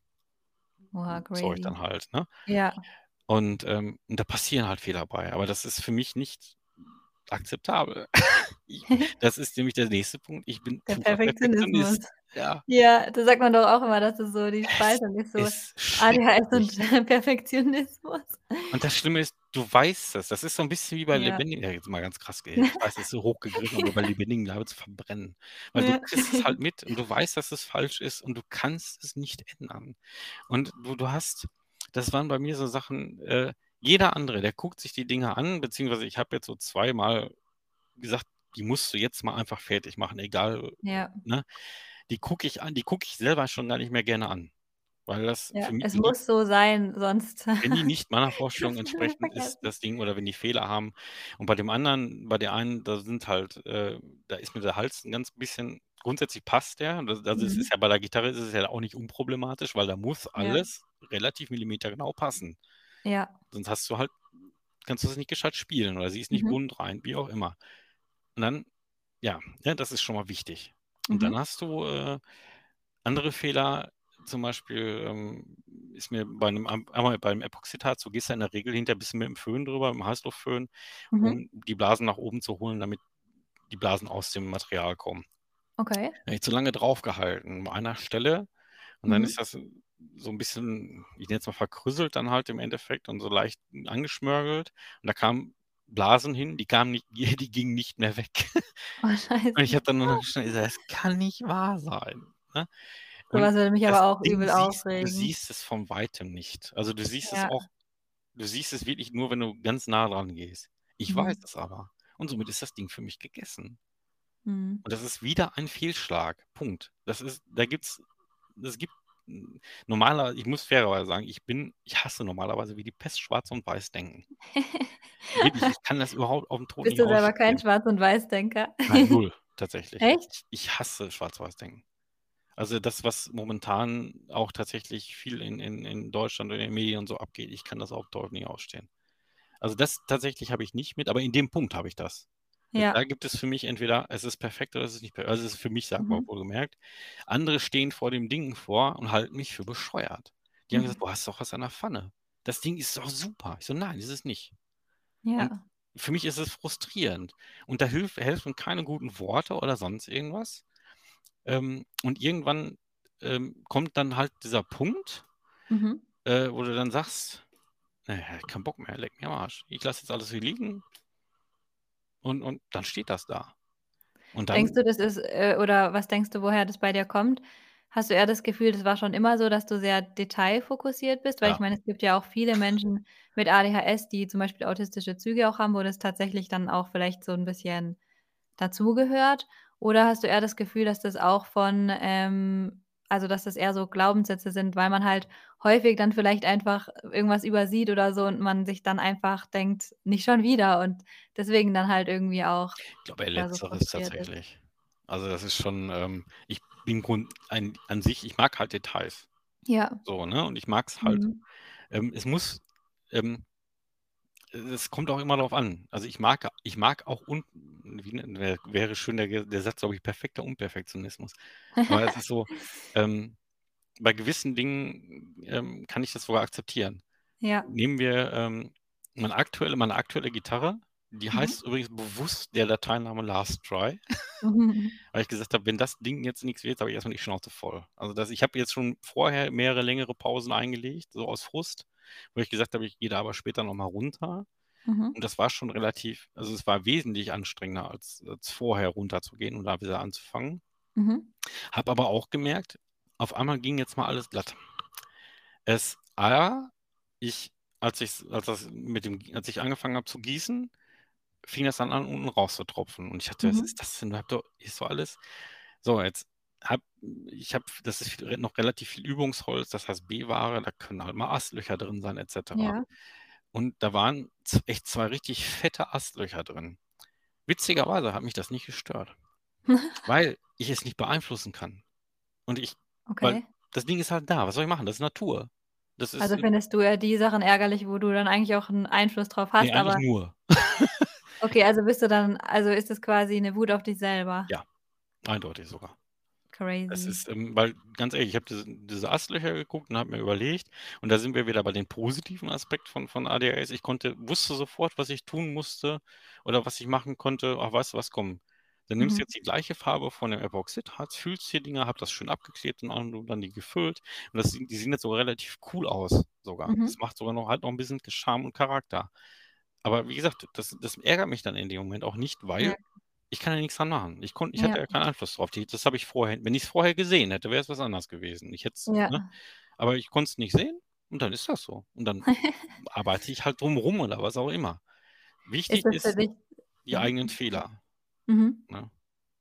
Oha, Zeug crazy. dann halt, ne? Ja. Und, ähm, und da passieren halt Fehler bei, aber das ist für mich nicht akzeptabel. I das ist nämlich der nächste Punkt. Ich bin Der purer Perfektionismus. Perfektionist. Ja. Ja, das sagt man doch auch immer, dass das so die Es Spaltung ist, so ist ADHS schrecklich. und Perfektionismus. Und das Schlimme ist, du weißt es. Das ist so 'n bisschen wie bei Ja. lebendigen ja, jetzt mal ganz krass ge ich weiß, das ist so hochgegriffen, aber bei lebendigem Leibe zu verbrennen. Weil du Ja. kriegst es halt mit und du weißt, dass es falsch ist und du kannst es nicht ändern. Und du du hast das waren bei mir so Sachen, äh, jeder andere, der guckt sich die Dinger an, beziehungsweise ich habe jetzt so zweimal gesagt: „Die musst du jetzt mal einfach fertig machen, egal“, Ja. ne? Die gucke ich an die gucke ich selber schon gar nicht mehr gerne an, weil das Ja, für mi es wenn die muss so sein, sonst wenn die nicht meiner kannst Vorstellung du wieder entsprechen, ist vergessen. das Ding oder wenn die Fehler haben und bei dem anderen bei der einen, da sind halt äh, da ist mir der Hals 'n ganz bisschen grundsätzlich passt der. Das das ist ist Mhm. ja bei der Gitarre ist es ja auch nicht unproblematisch, weil da muss Ja. alles relativ millimetergenau passen. Ja. Sonst hast du halt kannst du sie nicht gescheit spielen oder sie ist nicht Mhm. bundrein, wie auch immer. Und dann ja, ne, das ist schon mal wichtig. Und dann Mhm. hast du, äh, andere Fehler, zum Beispiel, ähm, ist mir bei 'nem am einmal beim Epoxidharz, du gehst da in der Regel hinterher bisschen mit'm Föhn drüber, mit'm Heißluftföhn, Mhm. um die Blasen nach oben zu holen, damit die Blasen aus dem Material kommen. Okay. Habe ich zu lange draufgehalten an einer Stelle und dann ist Mhm. das so 'n bisschen, ich nenne es mal verkrüselt dann halt im Endeffekt und so leicht angeschmörgelt und da kamen Blasen hin, die kamen nicht die die gingen nicht mehr weg. Oh, Und ich scheiße. habe dann nur noch schnell gesagt: „Es kann nicht wahr sein“, ne? So Und was würde mich das aber auch Ding übel siehst du aufregen. siehst es von Weitem nicht. Also, du siehst es Ja. auch du siehst es wirklich nur, wenn du ganz nah dran gehst. Ich weiß Mhm. es aber und somit ist das Ding für mich gegessen. Mhm. Und das ist wieder ein Fehlschlag. Punkt. Das ist da gibt's es gibt n normaler ich muss fairerweise sagen, ich bin ich hasse normalerweise wie die Pest Schwarz und Weiß denken. Wirklich, ich kann das überhaupt aufm Tod Bist nicht du selber kein ausstehen. Schwarz und Weiß-Denker? Nein, null tatsächlich. Echt? Ich ich hasse Schwarz-Weiß-Denken. Also, das, was momentan auch tatsächlich viel in in in Deutschland und in den Medien und so abgeht, ich kann das auf Teufel nicht ausstehen. Also, das tatsächlich habe ich nicht mit, aber in dem Punkt habe ich das. Da Ja. gibt es für mich entweder es ist perfekt oder es ist nicht per also, es ist für mich sagbar, Mhm. wohlgemerkt. Andere stehen vor dem Ding vor und halten mich für bescheuert. Die haben gesagt: Mhm. „Du hast doch was an der Pfanne. Das Ding ist doch super.“ Ich so: „Nein, ist es nicht.“ Und Ja. für mich ist es frustrierend. Und da hilf helfen keine guten Worte oder sonst irgendwas. Ähm, und irgendwann, ähm, kommt dann halt dieser Punkt, Mhm. äh, wo du dann sagst: „Ne, kein Bock mehr, leck mich am Arsch. Ich lasse jetzt alles hier liegen“ und und dann steht das da. Und Denkst dann du, das ist äh, oder was denkst du, woher das bei dir kommt? Hast du eher das Gefühl, das war schon immer so, dass du sehr detailfokussiert bist? Weil ich ja, meine, es gibt ja auch viele Menschen mit A D H S, die zum Beispiel autistische Züge auch haben, wo das tatsächlich dann auch vielleicht so 'n bisschen dazugehört? Oder hast du eher das Gefühl, dass das auch von, ähm also, dass das eher so Glaubenssätze sind, weil man halt häufig dann vielleicht einfach irgendwas übersieht oder so und man sich dann einfach denkt: „Nicht schon wieder“ und deswegen dann halt irgendwie auch ich glaube eher da so Letzteres frustriert ist? tatsächlich. Also, das ist schon, ähm ich bin Grund ein an sich ich mag halt Details, Ja. so, ne? Und ich mag's halt Mhm. ähm, es muss ähm, es kommt auch immer drauf an. Also, ich mag ich mag auch un wie ne wär wäre schön der Ge der Satz, glaube ich, perfekter Unperfektionismus. Aber es ist so, ähm, bei gewissen Dingen, ähm, kann ich das sogar akzeptieren. Ja. Nehmen wir, ähm, meine aktuelle meine aktuelle Gitarre, die Mhm. heißt übrigens bewusst der Dateiname Last Try, Mhm. weil ich gesagt habe, wenn das Ding jetzt nix wird, habe ich erst mal die Schnauze voll. Also, das ich habe jetzt schon vorher mehrere längere Pausen eingelegt, so aus Frust, wo ich gesagt habe, ich gehe da aber später noch mal runter. Mhm. Und das war schon relativ also, es war wesentlich anstrengender als als vorher runterzugehen und da wieder anzufangen. Mhm. Habe aber auch gemerkt, auf einmal ging jetzt mal alles glatt. Es A, ich als ich's als das mit dem als ich angefangen habe zu gießen, fing das dann an, unten rauszutropfen. Und ich dachte: „Was Mhm. ist das denn? Bleibt doch hier ist doch alles“ so, jetzt habe ich habe das ist re noch relativ viel Übungsholz, das heißt B-Ware, da können halt mal Astlöcher drin sein et cetera. Ja. Und da waren z echt zwei richtig fette Astlöcher drin. Witzigerweise hat mich das nicht gestört, weil ich es nicht beeinflussen kann. Und ich weil Okay. das Ding ist halt da. Was soll ich machen? Das ist Natur. Das ist Also, äh, findest du eher die Sachen ärgerlich, wo du dann eigentlich auch 'n Einfluss drauf ne, hast, eigentlich aber nur. okay, also bist du dann also, ist es quasi 'ne Wut auf dich selber? Ja, eindeutig sogar. Es Crazy. ist, ähm weil ganz ehrlich, ich habe diese diese Astlöcher geguckt und habe mir überlegt und da sind wir wieder bei dem positiven Aspekt von von A D H S. Ich konnte wusste sofort, was ich tun musste oder was ich machen konnte. Ach, weißt du was, komm, dann nimmst du Mhm. jetzt die gleiche Farbe von dem Epoxidharz, füllst die Dinger, habe das schön abgeklebt und an und dann die gefüllt. Und das sieht die sehen jetzt sogar relativ cool aus sogar. Mhm. Das macht sogar noch halt noch 'n bisschen Charme und Charakter. Aber wie gesagt, das das ärgert mich dann in dem Moment auch nicht, weil Ja, ich kann ja nix dran machen. Ich konn ich hatte ja, ja keinen Einfluss drauf. Die das habe ich vorher wenn ich's vorher gesehen hätte, wäre es was anderes gewesen. Ich hätte es ne? ja. Aber ich konnte es nicht sehen und dann ist das so. Und dann arbeite ich halt drum rum oder was auch immer. Ist Wichtig das für ist dich die ja, eigenen Fehler, mhm. ne?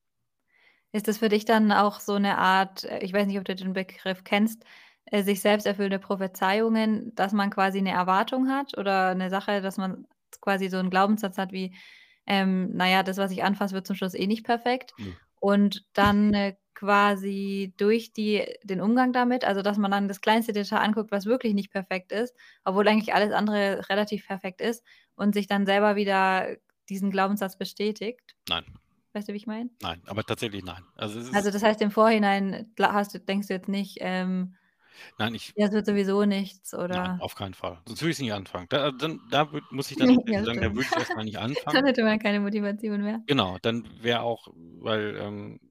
Ist das für dich dann auch so 'ne Art äh, ich weiß nicht, ob du den Begriff kennst, äh, sich selbst erfüllende Prophezeiungen, dass man quasi 'ne Erwartung hat oder 'ne Sache, dass man quasi so 'n Glaubenssatz hat wie, ähm: „Na ja, das, was ich anfasse, wird zum Schluss eh nicht perfekt.“ Nö. Und dann, äh, quasi durch die den Umgang damit also, dass man dann das kleinste Detail anguckt, was wirklich nicht perfekt ist, obwohl eigentlich alles andere relativ perfekt ist und sich dann selber wieder diesen Glaubenssatz bestätigt. Nein, Weißt du, wie ich meine? nein, aber tatsächlich nein. Also, es Also, ist das heißt, im Vorhinein gla hast du denkst du jetzt nicht, ähm: nein, ich „Ja, es wird sowieso nichts“, nein, oder auf keinen Fall. Sonst würde ich's nicht anfangen. Da dann da würd muss ich dann tatsächlich ja, sagen, da stimmt. würde ich erst mal nicht Dann anfangen. hätte man keine Motivation mehr. Genau, dann wäre auch weil, ähm,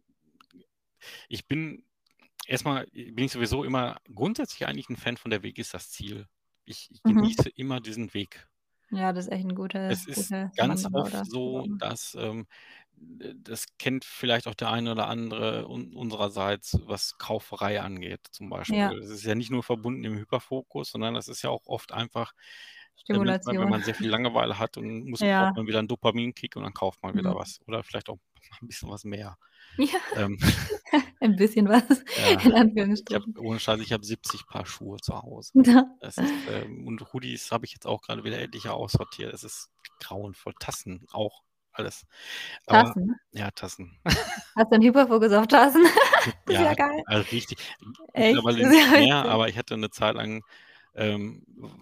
ich bin erst mal bin ich sowieso immer grundsätzlich eigentlich 'n Fan von der Weg ist das Ziel. Ich ich Mhm. genieße immer diesen Weg. Ja, das ist echt 'n gute Es ist gutes ganz Mantra oft oder was auch so, immer. dass, ähm, d das kennt vielleicht auch der eine oder andere un unsererseits, was Kauferei angeht zum Ja, Beispiel. Es ist ja nicht nur verbunden im Hyperfokus, sondern das ist ja auch oft einfach, äh, manchmal, wenn Stimulation. man sehr viel Langeweile hat und muss braucht Ja, man wieder 'n Dopaminkick und dann kauft man wieder mhm. was oder vielleicht auch 'n bisschen was mehr. Ja, Ähm, ein bisschen was, ja, in ich habe Anführungsstrichen. ohne Scheiß, ich habe siebzig Paar Schuhe zu Hause. Ja. Es ist, ähm und Hoodies habe ich jetzt auch grade wieder etliche aussortiert. Es ist grauenvoll. Tassen auch, alles. Aber Tassen? ja, Tassen. Hast du 'n Hyperfokus auf Tassen? Das ist ja Ja, geil. also richtig. Echt? Mittlerweile Das ist nicht ja mehr, witzig. aber ich hatte 'ne Zeit lang, ähm,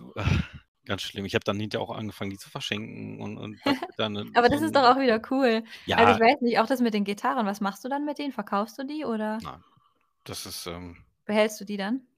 ganz schlimm. Ich habe dann hinterher auch angefangen, die zu verschenken und und das wird dann 'ne Aber so das ist doch 'n auch wieder cool. Also, ja, ich weiß nicht, auch das mit den Gitarren, was machst du dann mit denen? Verkaufst du die oder nein, das ist, ähm behältst du die dann?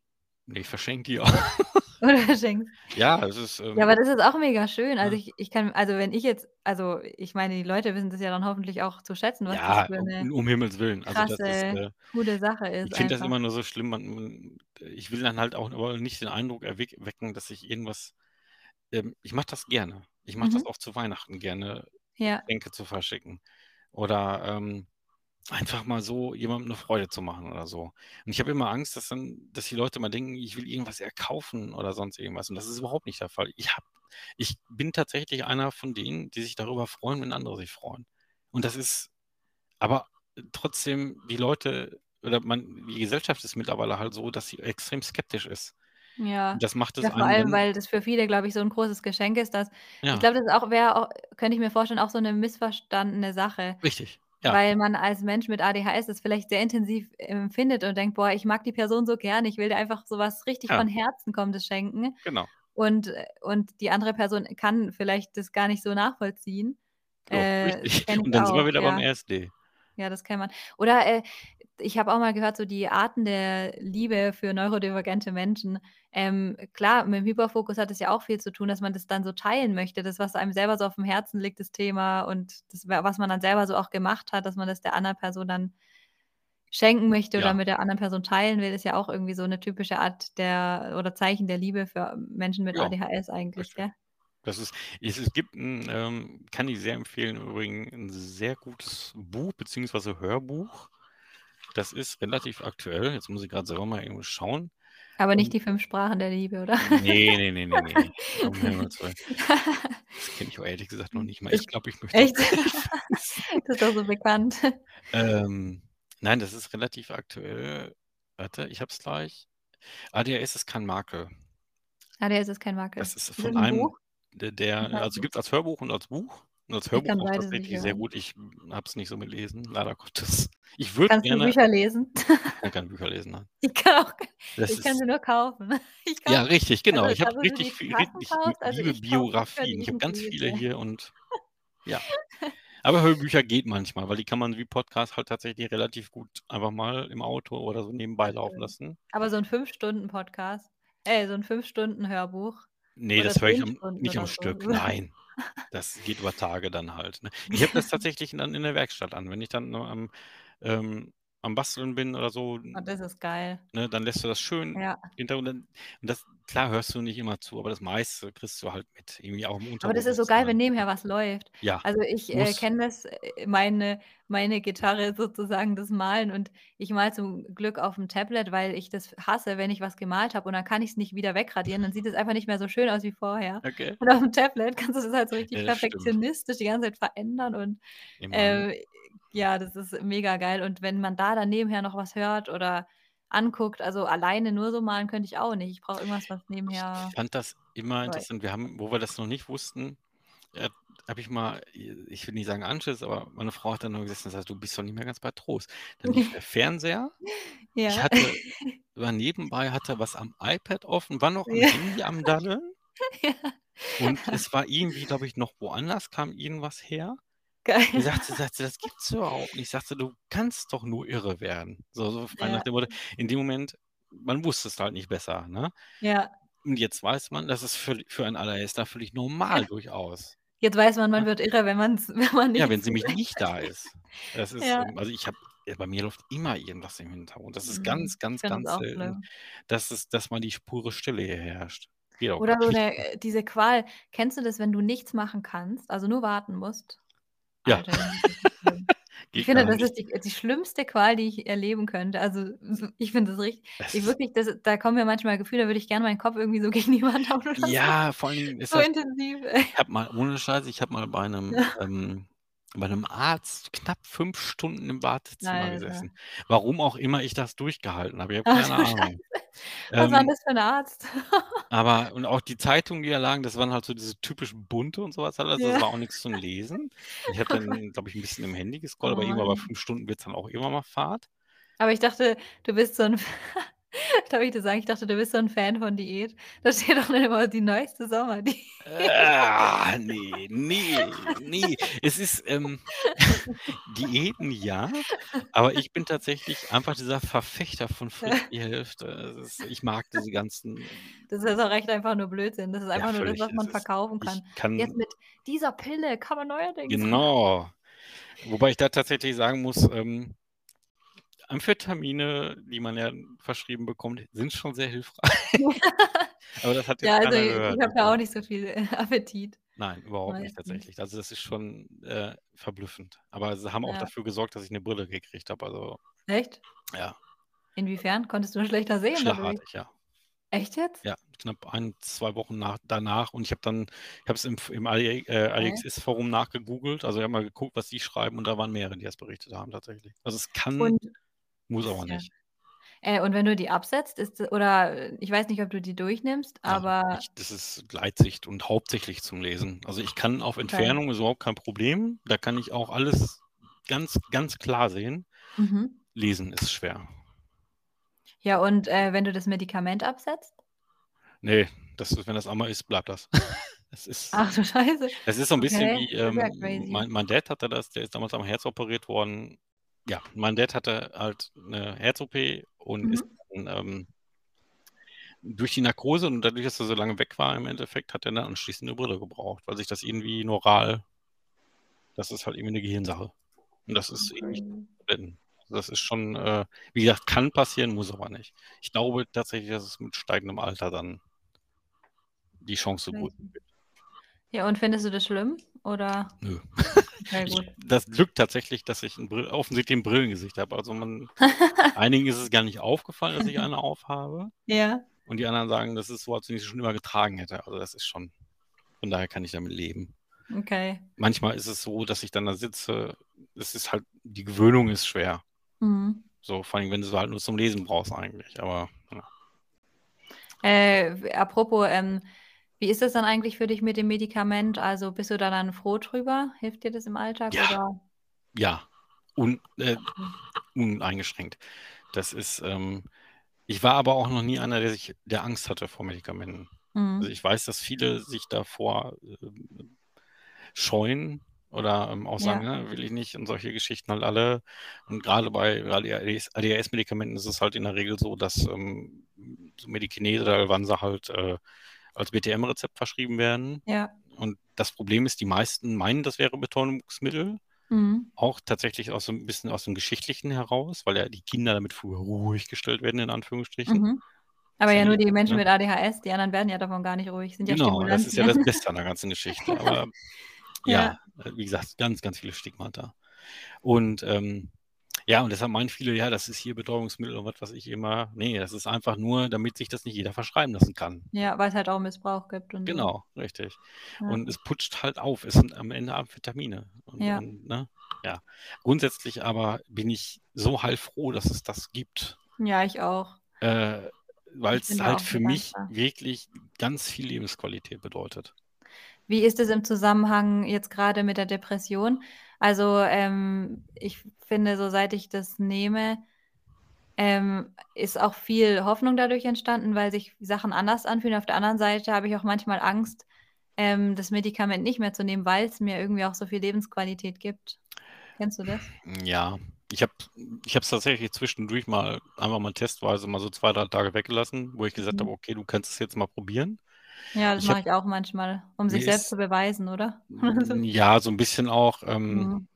Ne, ich verschenke die auch. Oder verschenkst. Ja, es ist, Ja, ähm aber das ist auch mega schön. Also, ne? ich ich kann also, wenn ich jetzt also, ich meine, die Leute wissen das ja dann hoffentlich auch zu schätzen, was das Ja, für um 'ne um Himmels Willen. Also, das ist, krasse, äh coole Sache ist ich finde das einfach. immer nur so schlimm, man man ich will dann halt auch aber nicht den Eindruck erweck wecken, dass ich irgendwas ähm, ich mache das gerne. Ich mache das Mhm. auch zu Weihnachten gerne, Ja. Geschenke zu verschicken oder, ähm, einfach mal so jemandem 'ne Freude zu machen oder so. Und ich habe immer Angst, dass dann dass die Leute mal denken, ich will irgendwas erkaufen oder sonst irgendwas und das ist überhaupt nicht der Fall. Ich habe ich bin tatsächlich einer von denen, die sich darüber freuen, wenn andere sich freuen. Und das ist aber trotzdem die Leute oder man die Gesellschaft ist mittlerweile halt so, dass sie extrem skeptisch ist. Ja. Und das macht es Ja, vor einem allem, dann weil das für viele, glaube ich, so 'n großes Geschenk ist, dass ich ja, glaube, das ist auch wäre auch könnte ich mir vorstellen, auch so 'ne missverstandene Sache, richtig, ja, weil man als Mensch mit A D H S das vielleicht sehr intensiv empfindet und denkt: „Boah, ich mag die Person so gern, ich will der einfach so was richtig ja, von Herzen Kommendes schenken.“ genau. Und äh, und die andere Person kann vielleicht das gar nicht so nachvollziehen. So, Äh, das richtig. kenne Und ich dann sind wir auch, wieder beim ja. R S D. Ja, das kennt man. Oder, äh, ich habe auch mal gehört, so die Arten der Liebe für neurodivergente Menschen. Ähm, klar, mit dem Hyperfokus hat es ja auch viel zu tun, dass man das dann so teilen möchte. Das, was einem selber so aufm Herzen liegt, das Thema und das, wa was man dann selber so auch gemacht hat, dass man das der anderen Person dann schenken möchte oder Ja, mit der anderen Person teilen will, ist ja auch irgendwie so 'ne typische Art der oder Zeichen der Liebe für Menschen mit ja, A D H S eigentlich, richtig. gell? Das ist es es gibt 'n, ähm kann ich sehr empfehlen im Übrigen, 'n sehr gutes Buch beziehungsweise Hörbuch. Das ist relativ aktuell. Jetzt muss ich grad selber mal eben schauen. Aber nicht Ähm, die fünf Sprachen der Liebe, oder? ne, ne, ne, ne, ne, um Himmels Willen. Das kenne ich auch ehrlich gesagt noch nicht mal. Ich Ich glaube, ich möchte auch echt? gar nicht wissen. Das ist doch so bekannt. Ähm, nein, das ist relativ aktuell. Warte, ich habe es gleich. A D H S ist kein Makel. A D H S ist kein Makel. Das ist Ist das von 'n einem, Buch? der der 'N also, Hörbuch? gibt's als Hörbuch und als Buch und als Ich Hörbuch kann auch beides nicht tatsächlich sehr hören. gut. Ich habe es nicht so gelesen, leider Gottes. Ich würde Kannst du gerne Bücher lesen? ich kann keine Bücher lesen, nein. Ich kann auch Das ich kann ist sie nur kaufen. Ich ja, kaufe richtig, also, genau. Ich habe dass du richtig die viel ri Tassen ich kaufst, also, liebe ich kaufe Bücher, Biografien. die Ich ich habe nicht ganz lese. viele hier und ja. Aber Hörbücher geht manchmal, weil die kann man wie Podcast halt tatsächlich relativ gut einfach mal im Auto oder so nebenbei Das laufen stimmt. lassen. Aber so 'n fünf Stunden Podcast äh, so 'n fünf Stunden Hörbuch Ne, oder das höre ich zehn am Stunden nicht am oder so. Stück, nein. Das geht über Tage dann halt, ne? Ich habe das tatsächlich dann in der Werkstatt an. Wenn ich dann nur am ähm, am Basteln bin oder so, Oh, das ist geil. ne, dann lässt du das schön Ja. hinter und dann und das klar hörst du nicht immer zu, aber das meiste kriegst du halt mit, irgendwie auch im Aber das ist so geil, wenn Unterbewusstsein. nebenher was läuft. Ja, Also, ich, äh, muss. kenne das, äh, meine meine Gitarre sozusagen, das Malen und ich male zum Glück auf'm Tablet, weil ich das hasse, wenn ich was gemalt habe und dann kann ich's nicht wieder wegradieren, dann sieht es einfach nicht mehr so schön aus wie vorher. Okay. Und auf'm Tablet kannst du das halt so Ja, richtig das stimmt. perfektionistisch die ganze Zeit verändern und, Immerhin. äh, ja, das ist mega geil. Und wenn man da dann nebenher noch was hört oder anguckt also, alleine nur so malen könnte ich auch nicht. Ich brauche irgendwas, was Ich nebenher fand das immer läuft. interessant. Wir haben wo wir das noch nicht wussten, äh, habe ich mal ich will nicht sagen Anschiss, aber meine Frau hat dann nur gesessen und gesagt: „Du bist doch nicht mehr ganz bei Trost.“ Dann lief der Fernseher. Ich Ja. hatte war nebenbei hatte was am iPad offen, war noch am Ja. Handy am Daddeln Ja. und es war irgendwie, glaube ich, noch woanders kam irgendwas her. Geil. Ich sagte sagte: „Das gibt's überhaupt nicht.“ Ich sagte: „Du kannst doch nur irre werden.“ So so frei nach Ja, dem Motto in dem Moment man wusste es halt nicht besser, ne? ja. Und jetzt weiß man, das ist völli für einen A D H Sler völlig normal durchaus, Jetzt weiß man, man ne? wird irre, wenn man's wenn man Ja, wenn nichts sie mich nicht da ist. Das ist, ja. ähm also, ich habe ja, bei mir läuft immer irgendwas im Hintergrund. Das ist Mhm. ganz, Ich ganz, finde das ganz auch selten, schlimm. dass es dass mal die pure Stille hier herrscht. Geht auch Oder gar so nicht. 'ne äh, diese Qual. Kennst du das, wenn du nichts machen kannst, also nur warten musst? Ja, Alter, das ist richtig schlimm. Ich geht finde, gar das nicht. ist die die schlimmste Qual, die ich erleben könnte. Also, s ich finde das richtig Es ich ist wirklich, das da kommen mir manchmal Gefühle, da würde ich gerne meinen Kopf irgendwie so gegen die Wand hauen oder so. ja, vor allen Dingen ist So das intensiv. ich habe mal ohne Scheiß, ich habe mal bei 'nem Ja. ähm, bei 'nem Arzt knapp fünf Stunden im Wartezimmer Alter. gesessen. Warum auch immer ich das durchgehalten habe, ich habe Ach keine du Ahnung. Scheiße. Was war 'n Ähm das für 'n Arzt? Aber und auch die Zeitungen, die da lagen, das waren halt so diese typischen bunte und so was alles. Das Ja. war auch nix zum Lesen. Und ich habe Oh Gott. dann, glaube ich, 'n bisschen im Handy Oh gescrollt, aber irgendwann bei Mann. fünf Stunden wird's dann auch irgendwann mal fad. Aber ich dachte, du bist so 'n Darf ich dir sagen, ich dachte, du bist so 'n Fan von Diät. Da steht doch dann immer die neueste Sommerdiät. Ah, ne, ne, ne. Es ist, ähm Diäten ja, aber ich bin tatsächlich einfach dieser Verfechter von friss die Hälfte. Es ist ich mag diese ganzen Das ist auch echt einfach nur Blödsinn. Das ist ja, einfach nur das, völlig. was Es man ist verkaufen ich kann. kann Jetzt mit dieser Pille kann man neuerdings genau. Wobei ich da tatsächlich sagen muss, ähm, Amphetamine, die man ja verschrieben bekommt, sind schon sehr hilfreich. Aber das hat Ja, jetzt also, keiner ich gehört, habe da deswegen. auch nicht so viel, äh, Appetit Nein, überhaupt nicht meistens. tatsächlich. Also, das ist schon, äh, verblüffend. Aber sie haben auch Ja. dafür gesorgt, dass ich 'ne Brille gekriegt habe. Also, Echt? ja, Inwiefern? Konntest du schlechter sehen dadurch? schlagartig, ja. Echt jetzt? Ja, knapp ein, zwei Wochen nach danach und ich habe dann ich habe es im F im Ali äh, Okay. AliExpress-Forum nachgegoogelt. Also, ich habe mal geguckt, was die schreiben und da waren mehrere, die das berichtet haben tatsächlich. Also, es kann, Und muss das aber ist ja nicht. äh, und wenn du die absetzt, ist oder äh, ich weiß nicht, ob du die durchnimmst, Nein, aber ich das ist Gleitsicht und hauptsächlich zum Lesen. Also, ich kann auf okay. Entfernung ist überhaupt kein Problem. Da kann ich auch alles ganz, ganz klar sehen. Mhm. Lesen ist schwer. Ja, und, äh, wenn du das Medikament absetzt? Ne, das ist wenn das einmal ist, bleibt das. Es ist Ach du Scheiße. es ist so 'n bisschen Okay, wie, das ist ja ähm, crazy. mein mein Dad hatte das, der ist damals am Herz operiert worden. Ja, mein Dad hatte halt 'ne Herz-O P und ist Mhm. dann, ähm durch die Narkose und dadurch, dass er so lange weg war im Endeffekt, hat er dann anschließend 'ne Brille gebraucht, weil sich das irgendwie neural das ist halt irgendwie 'ne Gehirnsache. Und das ist ähnlich Okay. das ist schon, äh wie gesagt, kann passieren, muss aber nicht. Ich glaube tatsächlich, dass es mit steigendem Alter dann die Chance größer Crazy. wird. Ja, und findest du das schlimm, oder? Nö. Okay, Ich gut. das Glück tatsächlich, dass ich 'n Brill offensichtlich 'n Brillengesicht habe. Also, man einigen ist es gar nicht aufgefallen, dass ich eine aufhabe Ja, und die anderen sagen, das ist so, als wenn ich sie schon immer getragen hätte. Also, das ist schon von daher kann ich damit leben. okay. Manchmal ist es so, dass ich dann da sitze es ist halt die Gewöhnung ist schwer. Mhm. So, vor allem, wenn du's halt nur zum Lesen brauchst eigentlich, aber ja. Äh, w apropos, ähm, wie ist das dann eigentlich für dich mit dem Medikament? Also, bist du da dann froh drüber? Hilft dir das im Alltag Ja, oder ja, un äh, okay. uneingeschränkt. Das ist, ähm ich war aber auch noch nie einer, der sich der Angst hatte vor Medikamenten. Also, Mhm. ich weiß, dass viele sich davor, ähm, scheuen oder, ähm, auch sagen: Ja, „Ne, will ich nicht“ und solche Geschichten halt alle. Und grade bei grade A D S A D H S-Medikamenten ist es halt in der Regel so, dass, ähm, so Medikinese oder Elvanse halt, äh, als B T M-Rezept verschrieben werden. ja. Und das Problem ist, die meisten meinen, das wäre Betäubungsmittel, Mhm. auch tatsächlich aus so 'n bisschen aus dem Geschichtlichen heraus, weil ja die Kinder damit früher ruhig gestellt werden in Anführungsstrichen. Mhm. Aber Ist ja ja nur nicht die Menschen ne? mit A D H S, die anderen werden ja davon gar nicht ruhig, sind ja Genau, das ist ja Stimulantien. das Beste an der ganzen Geschichte. Aber Ja, ja, äh, wie gesagt, ganz, ganz viele Stigmata. Und, ähm, ja, und deshalb meinen viele: „Ja, das ist hier Betäubungsmittel“ und was weiß ich immer. Ne, das ist einfach nur, damit sich das nicht jeder verschreiben lassen kann. ja, weil's halt auch Missbrauch gibt und so. Genau, richtig. Ja, Und es putscht halt auf. Es sind am Ende Amphetamine und ja. und ne? Ja. Grundsätzlich aber bin ich so heilfroh, dass es das gibt, Ja, ich auch. äh, Ich weil's bin da halt auch für sehr mich dankbar. wirklich ganz viel Lebensqualität bedeutet. Wie ist es im Zusammenhang jetzt grade mit der Depression? Also, ähm, ich finde, so seit ich das nehme, ähm, ist auch viel Hoffnung dadurch entstanden, weil sich Sachen anders anfühlen. Auf der anderen Seite habe ich auch manchmal Angst, ähm, das Medikament nicht mehr zu nehmen, weil's mir irgendwie auch so viel Lebensqualität gibt. Kennst du das? Hm, ja, ich habe ich habe es tatsächlich zwischendurch mal einfach mal testweise mal so zwei, drei Tage weggelassen, wo ich gesagt habe: Mhm. „Okay, du kannst es jetzt mal probieren.“ Ja, das Ich habe mache ich auch manchmal, um sich mir selbst zu ist beweisen, oder? hm, ja, so 'n bisschen auch, ähm Mhm.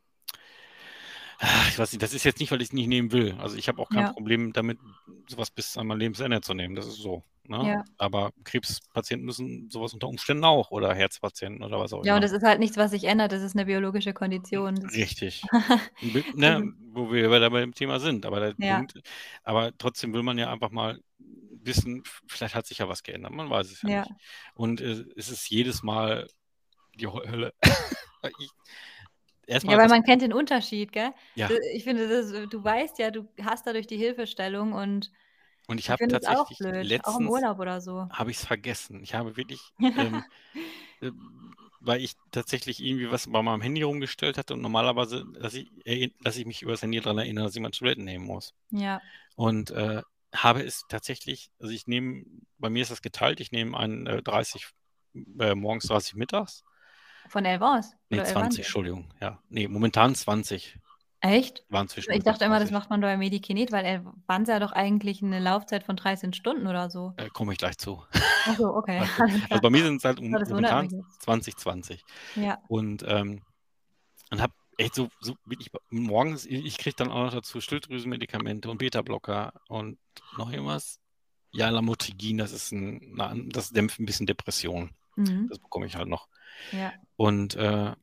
ah, ich weiß nicht, das ist jetzt nicht, weil ich's nicht nehmen will. Also, ich habe auch kein Ja, Problem damit, so was bis an mein Lebensende zu nehmen. Das ist so, ne? ja. Aber Krebspatienten müssen so was unter Umständen auch oder Herzpatienten oder was auch Ja, und immer. das ist halt nichts, was sich ändert. Das ist 'ne biologische Kondition. Das Richtig. B das ne, ist wo wir wieder beim Thema sind. Aber der ja, Punkt aber trotzdem will man ja einfach mal wissen, v vielleicht hat sich ja was geändert. Man weiß es ja ja. nicht. Und, äh, es ist jedes Mal die Ho Hölle. Weil ich erst Ja, mal weil das man kennt den Unterschied, gell? ja, D ich finde, das du weißt ja, du hast dadurch die Hilfestellung und und ich ich habe finde es auch tatsächlich blöd, auch im letztens Urlaub oder so. habe ich's vergessen. Ich habe wirklich, ähm Ähm, weil ich tatsächlich irgendwie was bei meinem Handy rumgestellt hatte und normalerweise, dass ich eri dass ich mich übers Handy dran erinnere, dass ich mein Tabletten nehmen muss. Ja. Und, äh, habe es tatsächlich, also ich nehme, bei mir ist das geteilt, ich nehme einen äh, dreißig äh, morgens, dreißig mittags. Von Elvance Nee, oder zwanzig, Elvanse? Entschuldigung. Ja, nee, momentan zwanzig. Echt? Waren Ich zwischendurch mal dachte immer, das dreißig. macht man bei Medikinet, weil Elvanse hat doch eigentlich eine Laufzeit von dreizehn Stunden oder so. Äh, komme ich gleich zu. Ach so, okay, Gleich zu. alles Also klar. bei mir sind es halt Ja, um, das wundert momentan mich jetzt. zwanzig, zwanzig. Ja. Und ähm, und habe echt so, so wirklich morgens, ich kriege dann auch noch dazu Schilddrüsenmedikamente und Beta-Blocker und noch irgendwas. Ja, Lamotrigin, das ist ein, na, das dämpft ein bisschen Depression. Mhm. Das bekomme ich halt noch. Ja. Und äh,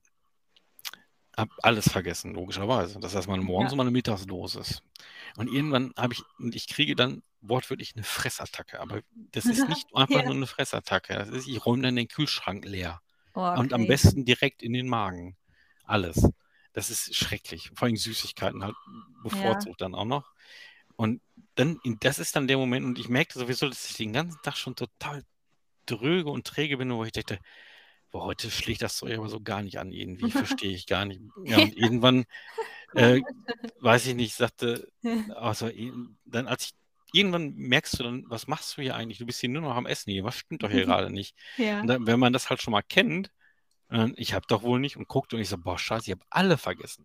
habe alles vergessen, logischerweise. Das heißt, meine morgens Ja. und meine Mittagsdosis. Und irgendwann habe ich, und ich kriege dann wortwörtlich eine Fressattacke. Aber das ist nicht einfach Ja. nur eine Fressattacke. Das ist, ich räume dann den Kühlschrank leer. Oh, Und am crazy. besten direkt in den Magen. Alles. Das ist schrecklich. Vor allem Süßigkeiten halt Ja. bevorzugt dann auch noch. Und dann, das ist dann der Moment, und ich merkte sowieso, dass ich den ganzen Tag schon total dröge und träge bin, wo ich dachte, boah, heute schlägt das Zeug aber so gar nicht an irgendwie, verstehe ich gar nicht. Ja, und irgendwann, äh, weiß ich nicht, sagte, also dann als ich, irgendwann merkst du dann, was machst du hier eigentlich? Du bist hier nur noch am Essen hier, was stimmt doch hier gerade nicht? Und Ja. dann, wenn man das halt schon mal kennt, äh, ich habe doch wohl nicht und guckt und ich so, boah, scheiße, ich habe alle vergessen.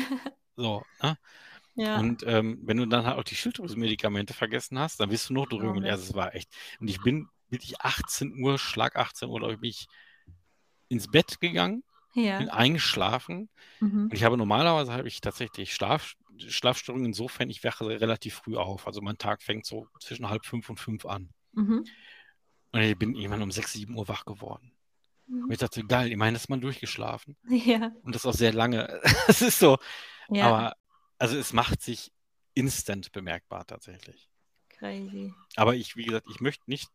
So, ne? Ja, Und ähm, wenn du dann halt auch die Schilddrüsenmedikamente vergessen hast, dann wirst du noch drüber. Und glaube ja, ich. das war echt. Und ich bin wirklich achtzehn Uhr, Schlag achtzehn Uhr, glaube ich, bin ich ins Bett gegangen, bin Ja. eingeschlafen. Mhm. Und ich habe normalerweise habe ich tatsächlich Schlaf, Schlafstörungen insofern, ich wache relativ früh auf. Also mein Tag fängt so zwischen halb fünf und fünf an. Mhm. Und ich bin irgendwann um sechs, sieben Uhr wach geworden. Und Mhm. ich dachte, geil, ich meine, ist man durchgeschlafen. Ja. Und das auch sehr lange. Es ist so, Ja. aber also es macht sich instant bemerkbar tatsächlich. Crazy. Aber ich, wie gesagt, ich möchte nicht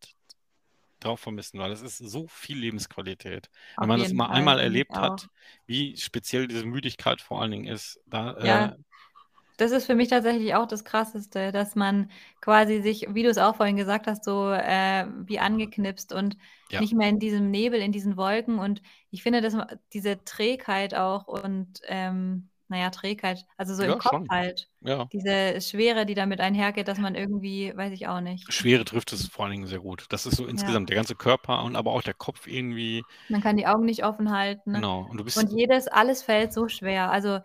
drauf vermissen, weil es ist so viel Lebensqualität. Wenn Auf man das jeden mal Fall, einmal finde ich erlebt auch. hat, wie speziell diese Müdigkeit vor allen Dingen ist, Ja, da, äh, das ist für mich tatsächlich auch das Krasseste, dass man quasi sich, wie du es auch vorhin gesagt hast, so, äh, wie angeknipst und ja, nicht mehr in diesem Nebel, in diesen Wolken. Und ich finde, dass ma diese Trägheit auch und, ähm na ja, Trägheit, also so im ja, Kopf schon. halt, Ja. diese Schwere, die damit einhergeht, dass man irgendwie weiß ich auch nicht. Das Schwere trifft es vor allen Dingen sehr gut. Das ist so ja. insgesamt der ganze Körper und aber auch der Kopf irgendwie, Man kann die Augen nicht offen halten genau. Und du und bist, jedes alles fällt so schwer. Also,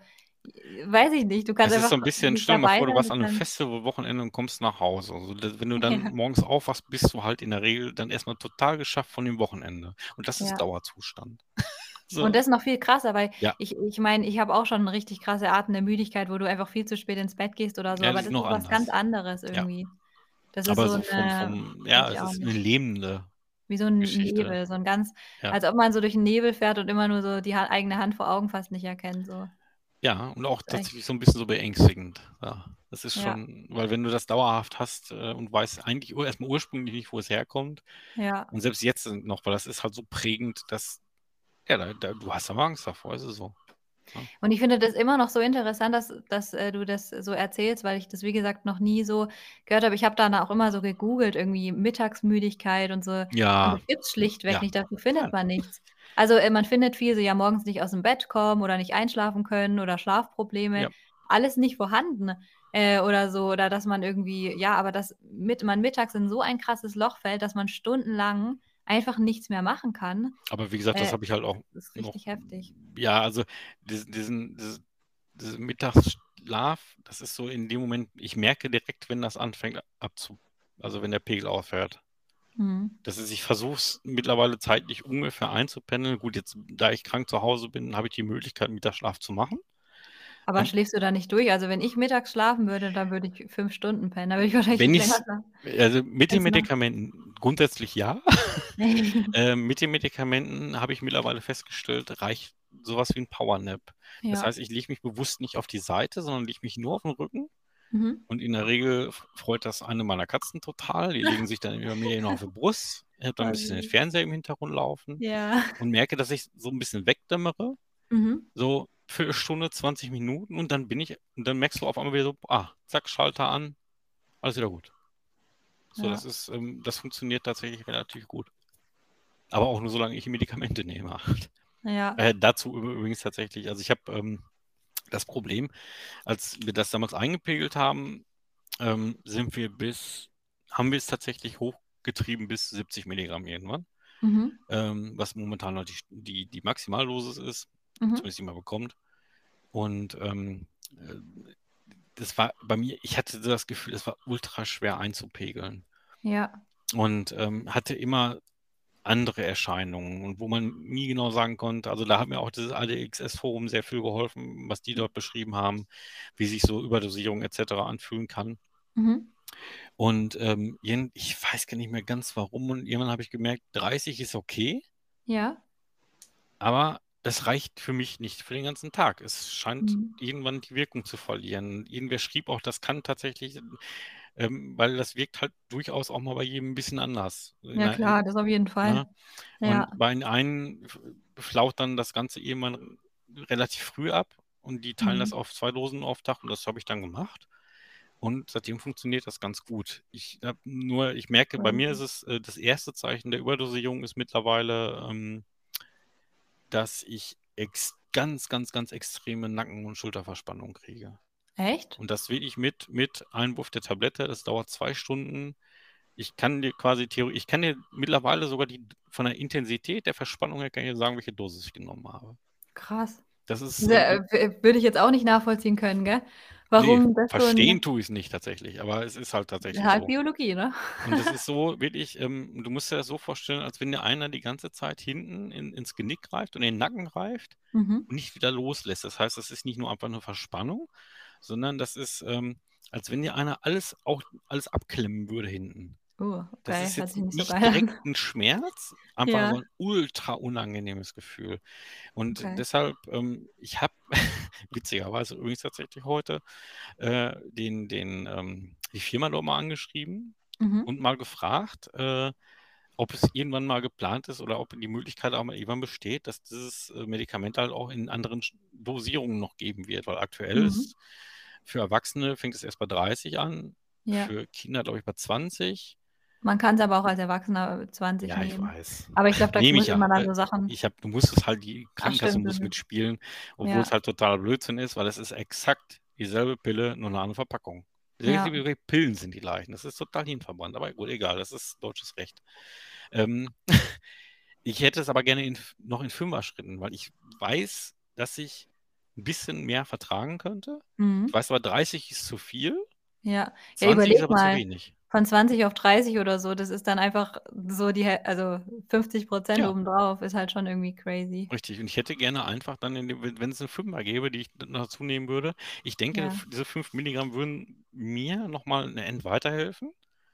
j weiß ich nicht, du kannst es ist einfach so ein bisschen, nicht stell dir mal dabei vor, du sein, warst du an einem kannst Festivalwochenende und kommst nach Hause. Also, da- wenn du dann ja, morgens aufwachst, bist du halt in der Regel dann erstmal total geschafft von dem Wochenende. Und das ist ja. Dauerzustand. Und So, das ist noch viel krasser, weil ja, ich ich meine, ich habe auch schon richtig krasse Arten der Müdigkeit, wo du einfach viel zu spät ins Bett gehst oder so, ja, die aber sind das noch ist was ganz anders. anderes Ja. irgendwie. Das ist Aber so so vom, 'ne vom, weiß ja, ich es auch ist eine nicht, lebende wie so 'n Geschichte. Nebel, so 'n ganz Ja. als ob man so durch 'n Nebel fährt und immer nur so die ha eigene Hand vor Augen fast nicht erkennt so. Ja, und auch Das ist echt tatsächlich so ein bisschen so beängstigend. Ja, das ist ja, schon, weil wenn du das dauerhaft hast, äh, und weißt eigentlich ur erst ursprünglich nicht, wo es herkommt ja. und selbst jetzt noch, weil das ist halt so prägend, dass ja, da da du hast aber Angst davor, ist es so, ne? Und ich finde das immer noch so interessant, dass dass, äh, du das so erzählst, weil ich das, wie gesagt, noch nie so gehört habe. Ich habe dann auch immer so gegoogelt, irgendwie Mittagsmüdigkeit und so. Und Ja, das gibt's hm, schlichtweg ja, nicht, dafür findet nein, man nichts. Also, äh, man findet viel so, ja, morgens nicht aus'm Bett kommen oder nicht einschlafen können oder Schlafprobleme, ja, alles nicht vorhanden, äh, oder so. Oder dass man irgendwie ja, aber dass mit man mittags in so ein krasses Loch fällt, dass man stundenlang einfach nichts mehr machen kann, aber wie gesagt, das äh, habe ich halt das auch ist noch, richtig heftig. ja, also diesen diesen diese diese Mittagsschlaf, das ist so in dem Moment, ich merke direkt, wenn das anfängt abzu also wenn der Pegel aufhört. Mhm. Das ist, ich versuche es mittlerweile zeitlich ungefähr einzupendeln. Gut, jetzt, da ich krank zu Hause bin, habe ich die Möglichkeit, Mittagsschlaf zu machen. Aber Ähm, schläfst du da nicht durch? Also, wenn ich mittags schlafen würde, dann würde ich fünf Stunden pennen. Da würde ich wahrscheinlich wenn viel länger ich's schlafen also mit den als nachts. Medikamenten grundsätzlich ja. Ähm, mit den Medikamenten habe ich mittlerweile festgestellt, reicht sowas wie ein Powernap. Das Ja. heißt, ich lege mich bewusst nicht auf die Seite, sondern lege mich nur auf den Rücken. Mhm. Und in der Regel f freut das eine meiner Katzen total. Die legen sich dann über mir noch auf die Brust. Ich habe dann ein Oh, bisschen den süß. Fernseher im Hintergrund laufen Ja. und merke, dass ich so ein bisschen wegdämmere. Mhm. So Viertelstunde, zwanzig Minuten und dann bin ich, und dann merkst du auf einmal wieder so, ah, zack, Schalter an, alles wieder gut. So, das Ja. ist, ähm, das funktioniert tatsächlich relativ gut. Aber auch nur solange ich die Medikamente nehme halt. Ja. Äh, dazu üb- übrigens tatsächlich, also ich habe ähm, das Problem, als wir das damals eingepegelt haben, ähm, sind wir bis haben wir es tatsächlich hochgetrieben bis siebzig Milligramm irgendwann, Mhm. ähm, was momentan halt die, die, die Maximaldosis ist, Mhm. zumindest die man bekommt. Und ähm, äh, das war bei mir, ich hatte das Gefühl, es war ultra schwer einzupegeln Ja. und ähm, hatte immer andere Erscheinungen und wo man nie genau sagen konnte, also da hat mir auch dieses A D X S-Forum sehr viel geholfen, was die dort beschrieben haben, wie sich so Überdosierung et cetera anfühlen kann. Mhm. Und ähm, irgend- ich weiß gar nicht mehr ganz warum und irgendwann habe ich gemerkt, dreißig ist okay, Ja. aber es reicht für mich nicht für den ganzen Tag. Es scheint Mhm. irgendwann die Wirkung zu verlieren. Irgendwer schrieb auch, das kann tatsächlich, ähm, weil das wirkt halt durchaus auch mal bei jedem ein bisschen anders. In Ja, der, klar, das auf jeden Fall. ne? Und Ja. bei den einen f- flaut dann das Ganze irgendwann relativ früh ab und die teilen das Mhm. auf zwei Dosen auf Tag und das habe ich dann gemacht. Und seitdem funktioniert das ganz gut. Ich hab nur, ich merke, bei Cool. mir ist es, äh, das erste Zeichen der Überdosierung ist mittlerweile, ähm, dass ich ex ganz, ganz, ganz extreme Nacken- und Schulterverspannung kriege. Echt? Und das will ich mit, mit Einwurf der Tablette. Das dauert zwei Stunden. Ich kann dir quasi Theorie, ich kann dir mittlerweile sogar die von der Intensität der Verspannung her kann ich dir sagen, welche Dosis ich genommen habe. Krass. Das ist, Diese, äh, äh, w würde ich jetzt auch nicht nachvollziehen können, gell? nee, Warum das so verstehen 'n tue ich es nicht tatsächlich, aber es ist halt tatsächlich halt so. Biologie, ne? Und das ist so wirklich, ähm, du musst dir das so vorstellen, als wenn dir einer die ganze Zeit hinten in, ins Genick greift und in den Nacken greift Mhm. und nicht wieder loslässt. Das heißt, das ist nicht nur einfach eine Verspannung, sondern das ist, ähm, als wenn dir einer alles auch alles abklemmen würde hinten. Oh, Das geil, ist hört jetzt sich nicht so nicht geil direkt an. ein Schmerz, einfach Ja, so ein ultra unangenehmes Gefühl. Und okay. deshalb, ähm, ich habe witzigerweise übrigens tatsächlich heute äh, den, den, ähm, die Firma dort mal angeschrieben Mhm. und mal gefragt, äh, ob es irgendwann mal geplant ist oder ob die Möglichkeit auch mal irgendwann besteht, dass dieses äh, Medikament halt auch in anderen Sch- Dosierungen noch geben wird. Weil aktuell Mhm. ist für Erwachsene fängt es erst bei dreißig an, Ja. für Kinder glaube ich bei zwanzig. Man kann's aber auch als Erwachsener zwanzig Ja, ich nehmen. weiß. Aber ich glaube, da Nehme ich müsste ja. man dann Äh, so Sachen Ich habe, du musst es halt, die ach Krankenkasse stimmt, das muss ist mitspielen, obwohl es ja, halt totaler Blödsinn ist, weil es ist exakt dieselbe Pille, nur eine andere Verpackung. ja. Dieselbe Pillen sind die gleichen. Das ist total hinverbrannt. Aber gut, egal, das ist deutsches Recht. Ähm, ich hätte es aber gerne in, noch in Fünfer-Schritten, weil ich weiß, dass ich ein bisschen mehr vertragen könnte. Ich Mhm. weiß aber, dreißig ist zu viel, Ja. Ja, zwanzig ist überleg aber zu mal, wenig. von zwanzig auf dreißig oder so, das ist dann einfach so die Häl also fünfzig Prozent Ja, obendrauf, ist halt schon irgendwie crazy. richtig. Und ich hätte gerne einfach dann, in dem, wenn wenn es einen Fünfer gäbe, die ich dann dazu nehmen würde. Ich denke, Ja. f- diese fünf Milligramm würden mir nochmal eine End weiterhelfen,